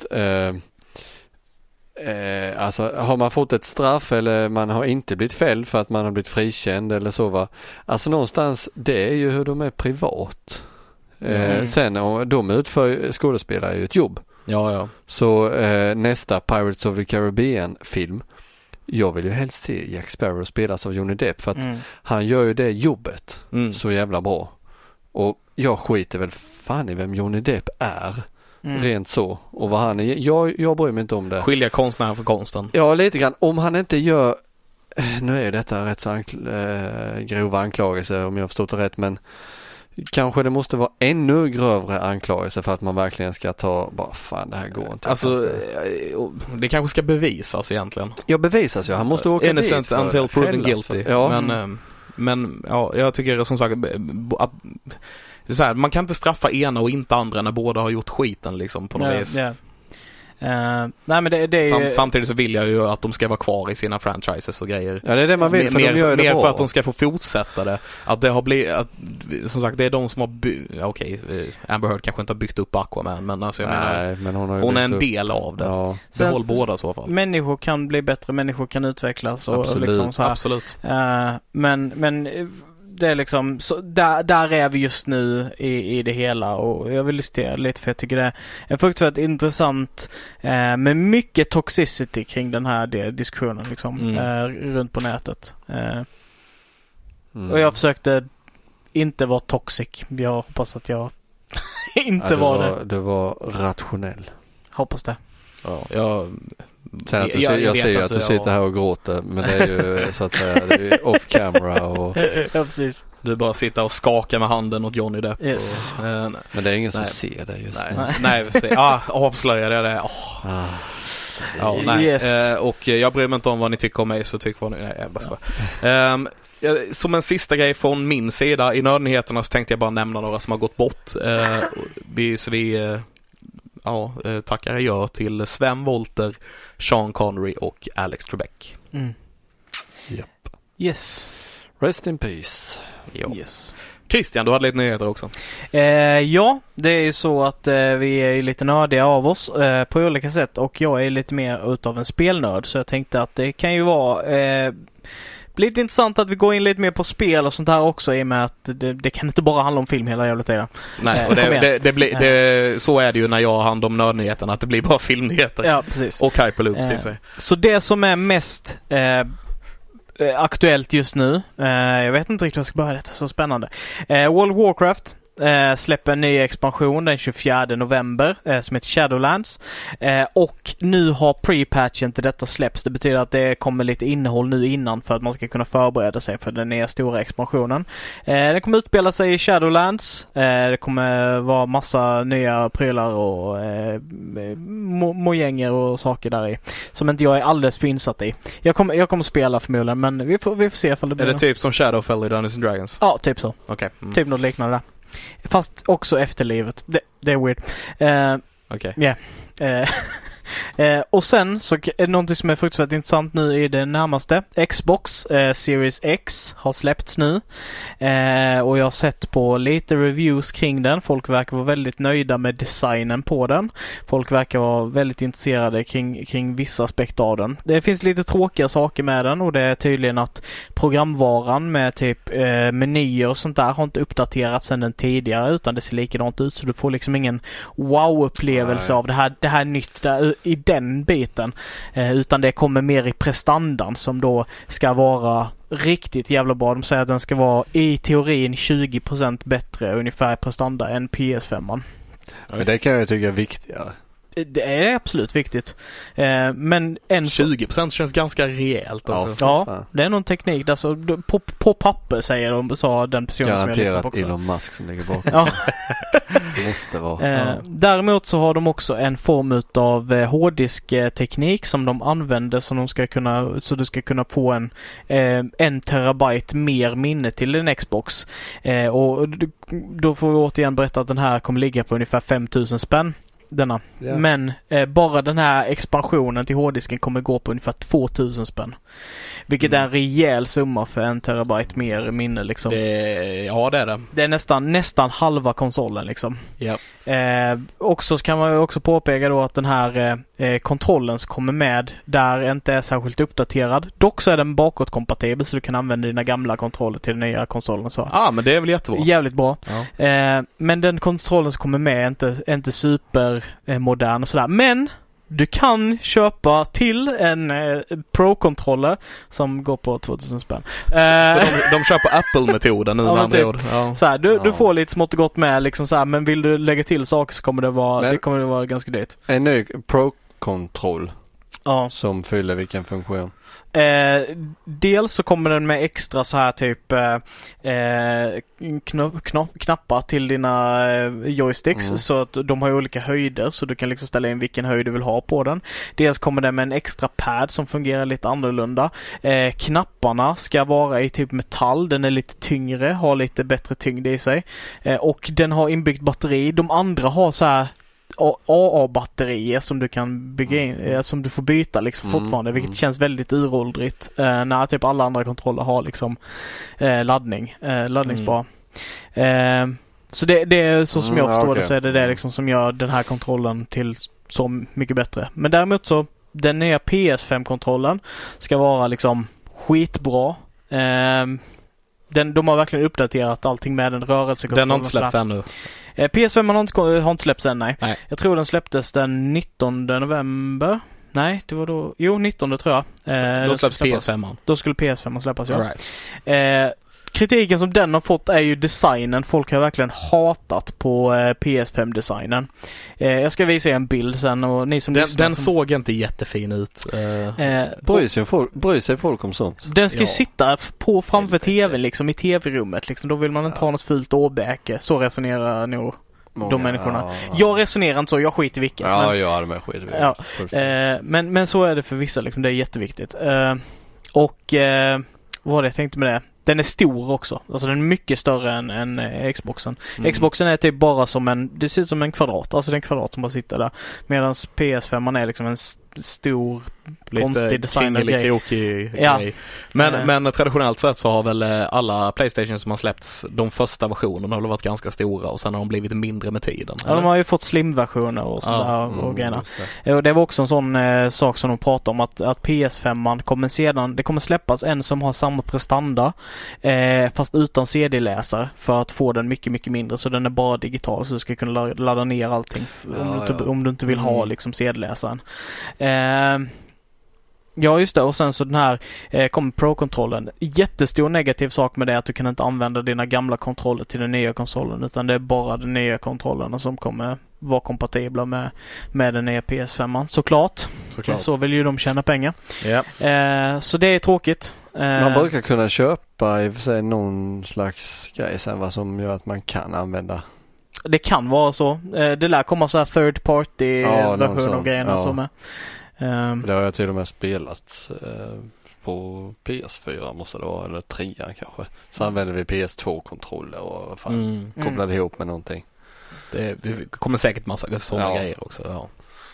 alltså har man fått ett straff eller man har inte blivit fälld för att man har blivit frikänd eller så, va? Alltså någonstans, det är ju hur de är privat. Sen och de utför skådespelare ju ett jobb. Ja. Så nästa Pirates of the Caribbean-film, jag vill ju helst se Jack Sparrow spelas av Johnny Depp, för att han gör ju det jobbet så jävla bra. Och jag skiter väl fan i vem Johnny Depp är. Rent så. Och vad han är. Jag bryr mig inte om det. Skilja konstnären för konsten. Ja, lite grann. Om han inte gör, nu är detta rätt så grova anklagelser om jag har förstått det rätt, men kanske det måste vara ännu grövre anklagelser för att man verkligen ska ta, bara fan, det här går inte. Alltså, det kanske ska bevisas egentligen. Ja, bevisas, ja. Han måste åka innocent dit until proven guilty. Ja. Men ja, jag tycker som sagt att det är så här, man kan inte straffa ena och inte andra när båda har gjort skiten liksom på något vis. Yeah. Nej, men det är samtidigt så vill jag ju att de ska vara kvar i sina franchises och grejer. Ja, det är det man vill, för de gör det mer bra. för att de ska få fortsätta det. Att det har blivit, som sagt, det är de som har Amber Heard kanske inte har byggt upp Aquaman, men alltså jag menar, men hon är en del av det. Ja. Behåll båda i så fall. Människor kan bli bättre, människor kan utvecklas och absolut, liksom så här. Absolut. Men det är liksom så, där är vi just nu i det hela, och jag vill diskutera lite, för jag tycker det är fruktansvärt intressant med mycket toxicity kring den här diskussionen liksom, runt på nätet. Och jag försökte inte vara toxic. Jag hoppas att jag inte var det. Du var rationell. Hoppas det. Ja, sen att jag ser ju att du sitter här och gråter, men det är ju så att säga, det är off camera och ja, precis. Du bara sitter och skakar med handen åt Johnny Depp. Yes. Men det är ingen som ser det just nu. Nej, avslöjar jag det. Nej. Yes. Och jag bryr mig inte om vad ni tycker om mig, så tycker vad ni. Nej, jag bara skojar. Som en sista grej från min sida i nördnyheterna så tänkte jag bara nämna några som har gått bort. Vi tackar jag till Sven Wollter, Sean Connery och Alex Trebek. Japp. Yes. Rest in peace. Ja. Yes. Christian, du hade lite nyheter också. Ja, det är ju så att vi är lite nördiga av oss på olika sätt, och jag är lite mer utav en spelnörd, så jag tänkte att det kan ju vara lite intressant att vi går in lite mer på spel och sånt här också, i och med att det kan inte bara handla om film hela jävla tiden. Nej, och så är det ju när jag har hand om nördnyheterna, att det blir bara filmnyheter. Ja, precis. Och Hyperloops. Så det som är mest aktuellt just nu, jag vet inte riktigt hur jag ska börja, detta så spännande. World of Warcraft släpper en ny expansion den 24 november som heter Shadowlands, och nu har pre-patchen till detta släpps. Det betyder att det kommer lite innehåll nu innan för att man ska kunna förbereda sig för den nya stora expansionen. Den kommer utspela sig i Shadowlands. Det kommer vara massa nya prylar och mojänger och saker där i som inte jag är alldeles för insatt i. Jag kommer spela förmodligen, men vi får se ifall det blir. Är det typ som Shadowfell i Dungeons & Dragons? Ja, typ så. Okay. Typ något liknande där. Fast också efterlivet. Det är weird. Okej. Yeah. Och sen så är det någonting som är fruktansvärt intressant nu i det närmaste. Xbox Series X har släppts nu. Och jag har sett på lite reviews kring den. Folk verkar vara väldigt nöjda med designen på den. Folk verkar vara väldigt intresserade kring vissa aspekter av den. Det finns lite tråkiga saker med den, och det är tydligen att programvaran med typ menyer och sånt där har inte uppdaterats sedan den tidigare, utan det ser likadant ut, så du får liksom ingen wow-upplevelse av det här nytt. i den biten. Utan det kommer mer i prestandan som då ska vara riktigt jävla bra. De säger att den ska vara i teorin 20% bättre ungefär prestanda än PS5. Men det kan jag tycka är viktigare. Det är absolut viktigt. Men 20% känns ganska rejält också. Ja, det är någon teknik. Alltså, på papper säger de, sa den personen garanterat som jag lyssnar på också. Elon Musk som ligger bakom. Ja. Det måste vara. Däremot så har de också en form av hårddisk-teknik som de använder så du ska kunna få en terabyte mer minne till din Xbox. Och då får vi återigen berätta att den här kommer ligga på ungefär 5000 spänn. Yeah. Men bara den här expansionen till hårddisken kommer gå på ungefär 2000 spänn. Vilket är en rejäl summa för 1 terabyte mer minne liksom. Ja, det är det. Det är nästan halva konsolen liksom. Yeah. Också kan man ju också påpeka då att den här kontrollen som kommer med där inte är särskilt uppdaterad. Dock så är den bakåtkompatibel så du kan använda dina gamla kontroller till den nya konsolen. Men det är väl jättebra. Jävligt bra. Ja. Men den kontrollen som kommer med är inte supermodern och sådär. Men du kan köpa till en Pro-controller som går på 2000 spänn. Så de kör på Apple-metoden nu med andra ord. Ja. Såhär, du får lite smått och gott med liksom såhär, men vill du lägga till saker så kommer det vara ganska dyrt. En ny Pro-kontroll som fyller vilken funktion? Dels så kommer den med extra så här typ knappar till dina joysticks så att de har ju olika höjder så du kan liksom ställa in vilken höjd du vill ha på den. Dels kommer den med en extra pad som fungerar lite annorlunda. Knapparna ska vara i typ metall, den är lite tyngre, har lite bättre tyngd i sig och den har inbyggt batteri. De andra har så här AA-batterier som du kan bygga in, som du får byta liksom fortfarande, vilket känns väldigt uråldrigt när typ alla andra kontroller har liksom laddningsbar. Så det är så som jag förstår det, så är det liksom som gör den här kontrollen till så mycket bättre. Men däremot så den nya PS5-kontrollen ska vara liksom skitbra. De har verkligen uppdaterat allting med den rörelsekontrollen. Den har inte släppts ännu. PS5 har inte släppts än, nej. Jag tror den släpptes den 19 november. Nej, det var då... Jo, 19 tror jag. Då släpps PS5. Då skulle PS5 släppas, ja. Right. Kritiken som den har fått är ju designen. Folk har verkligen hatat på PS5-designen. Jag ska visa er en bild sen. Och ni som den såg inte jättefin ut. Bryr sig folk om sånt? Den ska ju sitta framför tvn liksom, i tv-rummet. Liksom. Då vill man inte ha något fult åbäke. Så resonerar nog de människorna. Jag resonerar inte så, jag skiter i vilket. Ja, jag hade med skit i vilket. Men så är det för vissa, liksom. Det är jätteviktigt. Vad var det jag tänkte med det? Den är stor också. Alltså den är mycket större än Xboxen. Xboxen är typ bara det ser ut som en kvadrat. Alltså det är en kvadrat som bara sitter där. Medan PS5 är liksom en stor konstig designad grej. Grej. Men traditionellt sett så har väl alla PlayStation som har släppts, de första versionerna har varit ganska stora och sen har de blivit mindre med tiden. Ja, de har ju fått slim-versioner och sådär och grejerna. Det var också en sån sak som de pratade om att PS5 kommer släppas en som har samma prestanda fast utan CD-läsare för att få den mycket, mycket mindre, så den är bara digital så du ska kunna ladda ner allting om du inte vill ha liksom CD-läsaren. Ja, just det. Och sen så den här kommer Pro-kontrollen. Jättestor negativ sak med det är att du kan inte använda dina gamla kontroller till den nya konsolen, utan det är bara de nya kontrollerna som kommer vara kompatibla med den nya PS5. Såklart. Så vill ju de tjäna pengar. Yeah. Så det är tråkigt. Man brukar kunna köpa i och för sig någon slags grej sen vad som gör att man kan använda. Det kan vara så. Det lär komma så här third party version av grejerna som är. Det har jag till och med spelat på PS4 måste det vara, eller 3 kanske. Så använder vi PS2-kontroller och kopplade ihop med någonting. Det kommer säkert massa sådana grejer också.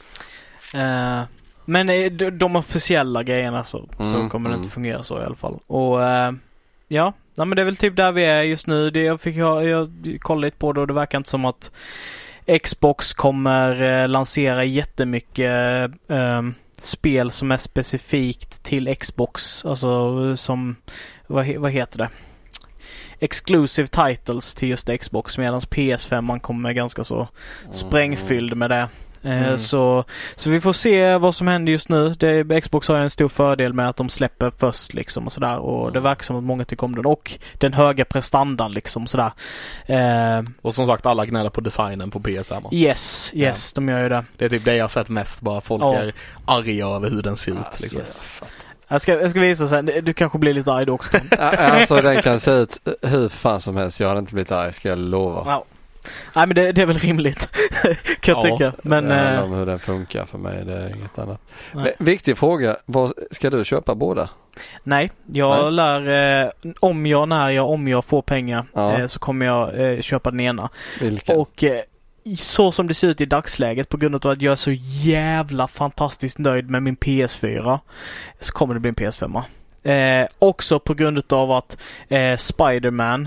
Men de officiella grejerna så kommer det inte fungera så i alla fall. Och men det är väl typ där vi är just nu. Jag kollade lite på det och det verkar inte som att Xbox kommer lansera jättemycket spel som är specifikt till Xbox. Alltså som, vad heter det? Exclusive titles till just Xbox, medan PS5 man kommer ganska så sprängfylld med det. Så vi får se vad som händer just nu. Xbox har en stor fördel med att de släpper först liksom och sådär. Och det verkar som att många tycker om den. Och den höga prestandan liksom sådär. Och som sagt, alla gnäller på designen på PS5. Yes, de gör ju det. Det är typ det jag har sett mest. Bara folk är arga över hur den ser ut. Liksom. Jag ska visa sen. Du kanske blir lite arg då också. Alltså den kan se ut hur fan som helst. Jag hade inte blivit arg, ska jag lova. Ja. Nej, men det är väl rimligt kan jag tycka. Men om hur den funkar för mig, det är inget annat. Men, viktig fråga, ska du köpa båda? Nej, jag lär om jag får pengar så kommer jag köpa den ena. Vilken? Och så som det ser ut i dagsläget, på grund av att jag är så jävla fantastiskt nöjd med min PS4, så kommer det bli en PS5. Också på grund av att Spider-Man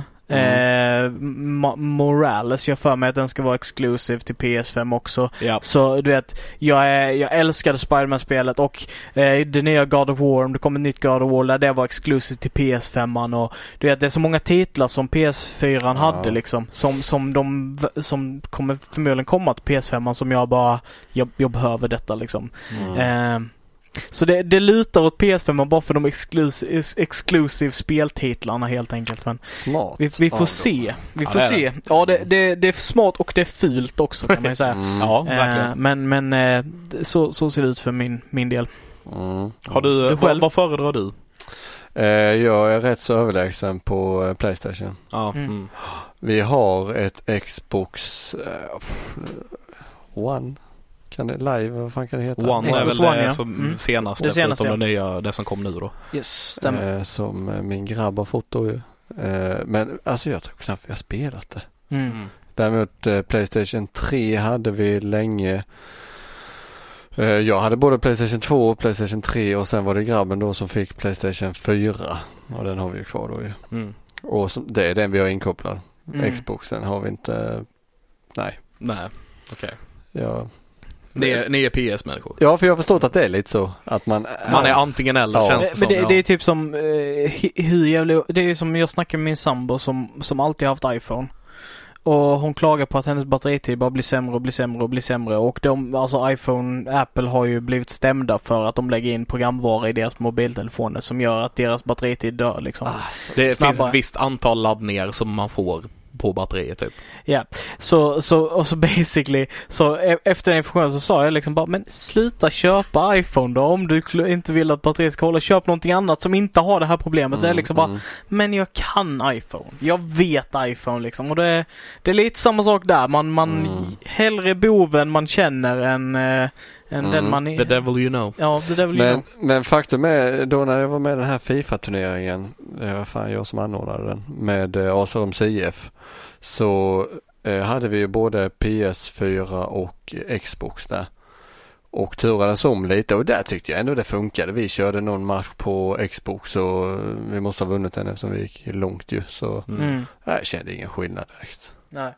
Morales, jag för mig att den ska vara exklusiv till PS5 också. Yep. Så du vet, jag älskade Spider-Man-spelet och det nya God of War, om det kommer ett nytt God of War där det var exklusiv till PS5 och du vet, det är så många titlar som PS4 hade liksom, som kommer förmodligen komma till PS5 som jag behöver detta liksom. Så det lutar åt PS5 bara för de exklusiv speltitlarna helt enkelt. Men smart. Vi får se. Vi får se. Ja, det är smart och det är fult också kan man ju säga. Ja, verkligen. Men så ser det ut för min del. Har du vad föredrar du? Jag är rätt så överlägsen på PlayStation. Vi har ett Xbox One. Kan det live, vad fan kan det heta? One är väl det som senaste, förutom det nya, det som kom nu då. Yes, stämmer. Som min grabb har fått då ju. Men alltså jag tror knappt vi har spelat det. Däremot PlayStation 3 hade vi länge. Jag hade både PlayStation 2 och PlayStation 3 och sen var det grabben då som fick PlayStation 4. Och den har vi ju kvar då ju. Och det är den vi har inkopplad. Xboxen har vi inte. Nej, okej. Ja. Ni är PS-människor. Ja, för jag har förstått att det är lite så att man är antingen eller känns det som. Men det är typ som hur jävla, det är som jag snackar med min sambo som alltid haft iPhone. Och hon klagar på att hennes batteritid bara blir sämre och alltså Apple har ju blivit stämda för att de lägger in programvara i deras mobiltelefoner som gör att deras batteritid dör liksom. Det finns ett visst antal laddningar som man får på batteriet typ. Ja, så basically så efter den informationen så sa jag liksom bara, men sluta köpa iPhone då om du inte vill att batteriet ska hålla, köp någonting annat som inte har det här problemet. Det är liksom bara, men jag kan iPhone. Jag vet iPhone liksom, och det är lite samma sak där. Man hellre boven man känner än den man är. The devil you know. Ja, the devil you know. Men faktum är, då när jag var med i den här FIFA-turneringen, det var fan jag som anordnade den, med Asarum CF, så hade vi ju både PS4 och Xbox där. Och turades om lite, och där tyckte jag ändå det funkade. Vi körde någon match på Xbox och vi måste ha vunnit den eftersom vi gick långt ju. Så jag kände ingen skillnad direkt. Nej.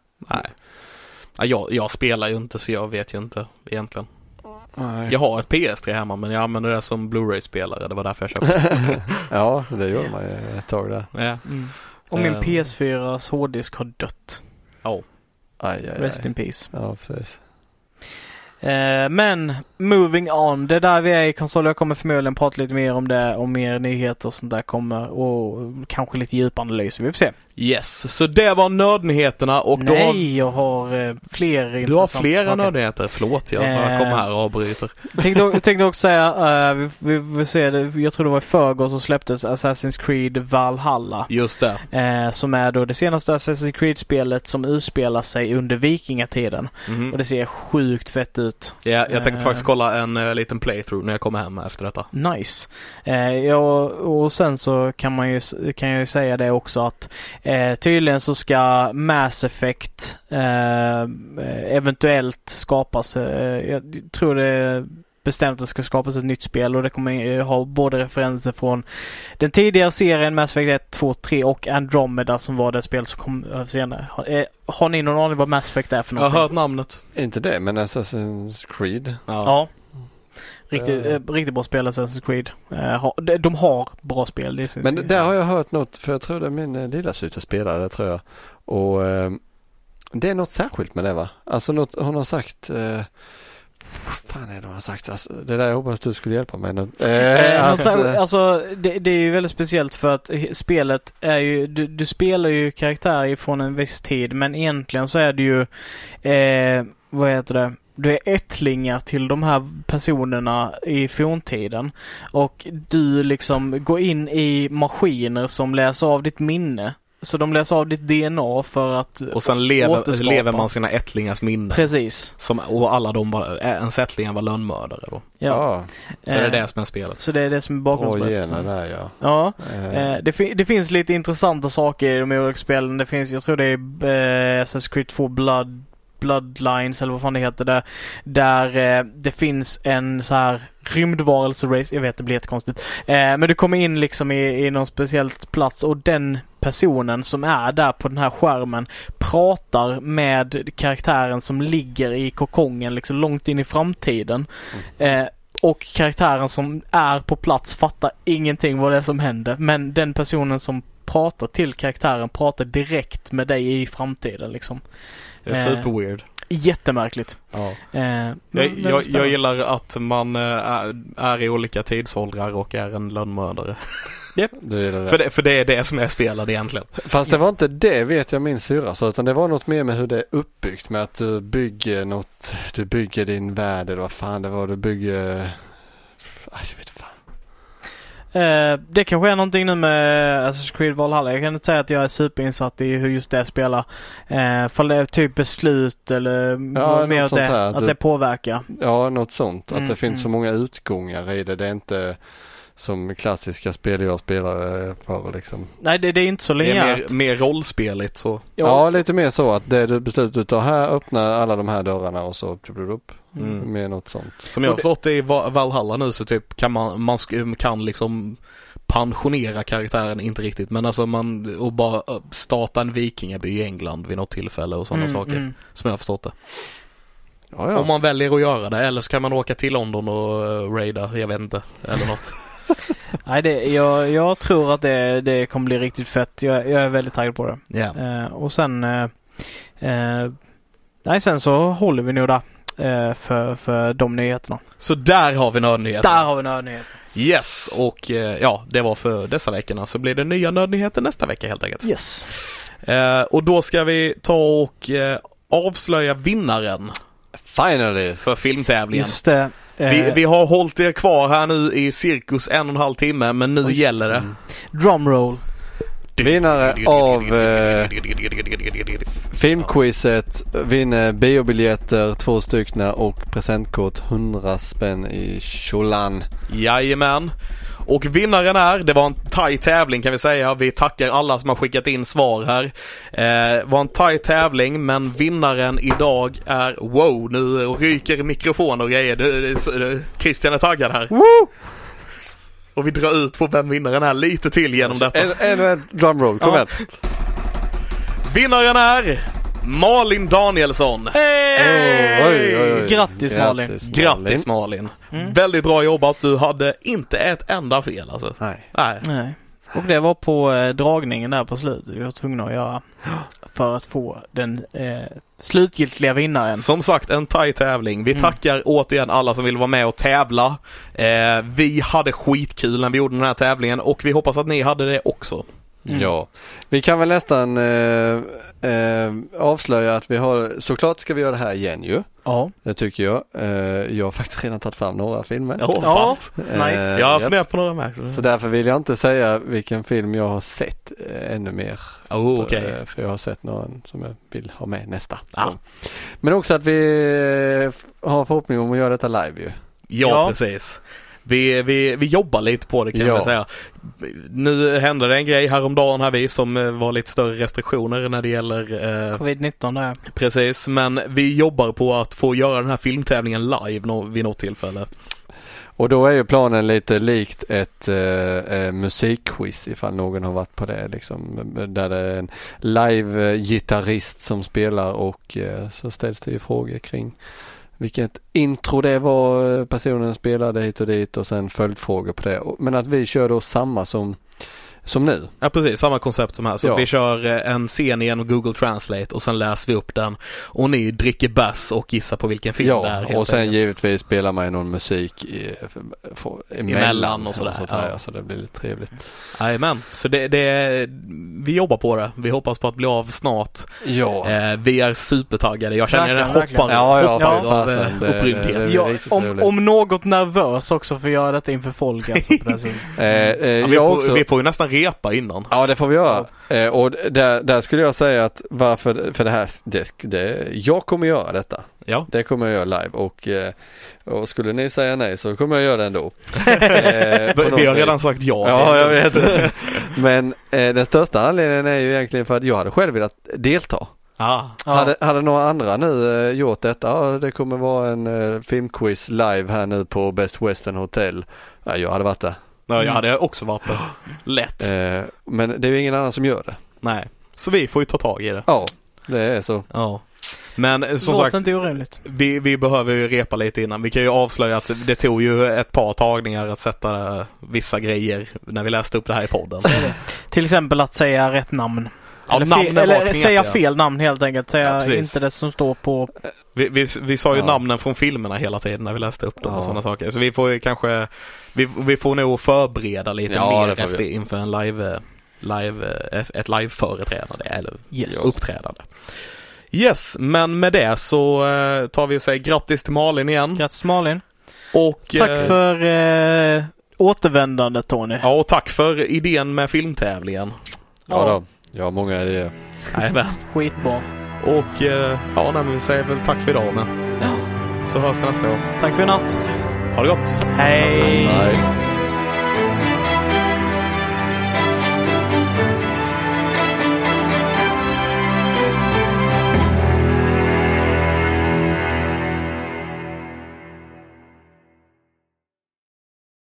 Jag spelar ju inte, så jag vet ju inte egentligen. Nej. Jag har ett PS3 hemma, men jag använder det som Blu-ray-spelare. Det var därför jag köpte. Ja, det gjorde man ju ett tag där. Ja. Och min PS4s hårddisk har dött. Rest in peace. Ja, precis. Men moving on, det där vi är i konsol, jag kommer förmodligen prata lite mer om det och mer nyheter och sånt där kommer, och kanske lite djupanalyser, vi får se. Yes, så det var nördnyheterna och jag har fler. Du har flera nördnyheter, förlåt, jag bara kommer här och avbryter. Tänkte också säga, vi ser det, jag tror det var i förrgår så släpptes Assassin's Creed Valhalla. Just det. Som är då det senaste Assassin's Creed-spelet som utspelar sig under vikingatiden. Och det ser sjukt fett ut. Ja, jag tänkte faktiskt kolla en liten playthrough när jag kommer hem efter detta. Nice. Och sen så kan jag ju säga det också att tydligen så ska Mass Effect eventuellt skapas. Jag tror det bestämt att det ska skapas ett nytt spel, och det kommer ha både referenser från den tidigare serien Mass Effect 1, 2, 3 och Andromeda som var det spel som kom senare. Har ni någon aning vad Mass Effect är för något? Jag har hört namnet. Inte det, men Assassin's Creed. Ja. Riktigt bra spel, Assassin's Creed. De har bra spel. Men där har jag hört något, för jag tror det är min lilla syster spelare, tror jag. Och det är något särskilt med det, va? Alltså något hon har sagt fan är det har sagt? Alltså, det där jag hoppas du skulle hjälpa mig nu. Alltså det är ju väldigt speciellt för att spelet är ju, du spelar ju karaktärer från en viss tid, men egentligen så är det ju vad heter det? Du är ättlingar till de här personerna i forntiden och du liksom går in i maskiner som läser av ditt minne. Så de läser av ditt DNA för att och sen lever man sina ättlingars minne. Precis. Och alla de ens ättlingar var lönnmördare då. Ja. Så det är det som är spelet. Så det är det som är bakgrundsspel. Ja. Det finns lite intressanta saker i de olika spelen. Det finns, jag tror det är Assassin's Creed 2 Bloodlines eller vad fan det heter där det finns en så här rymdvarelse-race, jag vet det blir jättekonstigt, men du kommer in liksom i någon speciellt plats och den personen som är där på den här skärmen pratar med karaktären som ligger i kokongen liksom långt in i framtiden. Och karaktären som är på plats fattar ingenting vad det är som händer, men den personen som pratar till karaktären pratar direkt med dig i framtiden liksom. Det är super weird. Jättemärkligt. Ja. Jag gillar att man är i olika tidsåldrar och är en lönnmördare. Yep. För det är det som är spelad egentligen. Fast det var inte det, vet jag min syra så, utan det var något mer med hur det är uppbyggt, med att du bygger något, du bygger din värld eller vad fan det var, du bygger jag vet fan. Det kanske är någonting nu med Assassin's Creed Valhalla. Jag kan inte säga att jag är superinsatt i hur just det spelar. Fall det är typ beslut eller mer åt det, att det påverkar. Ja, något sånt. Att det finns så många utgångar i det. Det är inte som klassiska spel jag spelar för liksom. Nej, det är inte så länge. Det är mer rollspeligt så. Ja, lite mer så att det du beslutar utav här öppnar alla de här dörrarna och så upp med något sånt. Som jag har förstått i Valhalla nu så typ kan man kan liksom pensionera karaktären, inte riktigt, men alltså och bara starta en vikingaby i England vid något tillfälle och sådana saker som jag har förstått det. Ja. Om man väljer att göra det, eller så kan man åka till London och raida, jag vet inte, eller något. Nej, jag tror att det kommer bli riktigt fett. Jag är väldigt taggad på det. Yeah. Och sen sen så håller vi nu där för de nyheterna. Så där har vi nödnyheter. Yes, och det var för dessa veckorna. Så blir det nya nödnyheter nästa vecka helt enkelt. Yes. Och då ska vi ta och avslöja vinnaren. Finally. För filmtävlingen. Just det. Vi har hållit er kvar här nu i cirkus 1,5 timme, men nu gäller det. Drumroll. Vinnare av filmquizet vinner biobiljetter 2 stycken och presentkort 100 spänn i Cholan. Jajamän. Och vinnaren det var en tight tävling kan vi säga. Vi tackar alla som har skickat in svar här. Var en tight tävling, men vinnaren idag är nu ryker mikrofon och grejer. Christian är taggad här. Woo! Och vi drar ut på vem vinnaren är lite till genom detta. En drumroll, kom igen. Vinnaren är Malin Danielsson. Hey! Grattis Malin. Grattis Malin. Väldigt bra jobbat. Du hade inte ett enda fel alltså. Nej. Och det var på dragningen där på slutet. Vi var tvungna att göra för att få den slutgiltiga vinnaren. Som sagt, en tight tävling. Vi tackar återigen alla som vill vara med och tävla. Vi hade skitkul när vi gjorde den här tävlingen och vi hoppas att ni hade det också. Ja, vi kan väl nästan avslöja att vi har, såklart ska vi göra det här igen ju. Ja. Det tycker jag. Jag har faktiskt redan tagit fram några filmer. Nice. Jag har funderat på några med. Så därför vill jag inte säga vilken film jag har sett ännu mer. Okay. För jag har sett någon som jag vill ha med nästa. Men också att vi har förhoppning om att göra detta live ju. Ja. Precis. Vi jobbar lite på det kan man säga. Nu hände det en grej häromdagen här som var lite större restriktioner när det gäller Covid-19 där. Precis, men vi jobbar på att få göra den här filmtävlingen live vid något tillfälle. Och då är ju planen lite likt ett musikquiz ifall någon har varit på det liksom, där det är en live-gitarrist som spelar och så ställs det ju frågor kring vilket intro det var personen spelade hit och dit och sen följdfrågor på det. Men att vi kör då samma som Som nu? Ja, precis. Samma koncept som här. Så vi kör en scen genom Google Translate och sen läser vi upp den. Och ni dricker bass och gissar på vilken film det är. Och sen givetvis spelar man någon musik emellan och sådär. Så det blir lite trevligt. Jajamän. Så vi jobbar på det. Vi hoppas på att bli av snart. Ja. Vi är supertaggade. Jag känner en hoppar av upprymdhet. Om något nervös också för att göra detta inför folk. Alltså, vi får ju nästan repa innan. Ja, det får vi göra. Och där skulle jag säga att varför, för det här, jag kommer göra detta. Ja. Det kommer jag göra live och skulle ni säga nej så kommer jag göra det ändå. Vi har redan sagt ja. Ja, jag vet. Men den största anledningen är ju egentligen för att jag hade själv velat delta. Hade några andra nu gjort detta? Ja, det kommer vara en filmquiz live här nu på Best Western Hotel. Ja, jag hade varit där. Ja, jag hade också varit där. Lätt. Men det är ju ingen annan som gör det. Nej. Så vi får ju ta tag i det. Ja, det är så. Ja. Men som sagt, inte orimligt. Vi behöver ju repa lite innan. Vi kan ju avslöja att det tog ju ett par tagningar att sätta vissa grejer när vi läste upp det här i podden. Till exempel att säga rätt namn. Ja, eller säga fel namn helt enkelt. Säga inte det som står på... Vi sa ju namnen från filmerna hela tiden när vi läste upp dem och sådana saker. Så vi får ju kanske... Vi får nog förbereda lite mer inför en ett live-företrädande eller uppträdande. Yes, men med det så tar vi och säger grattis till Malin igen. Grattis Malin. Och tack för återvändande, Tony. Ja, och tack för idén med filmtävlingen. Ja då, jag har många idéer. Jajamän. Skitbra. Och vi säger väl tack för idag med. Ja. Så hörs vi nästa gång. Tack för natt. Ha det gott. Hej. Bye.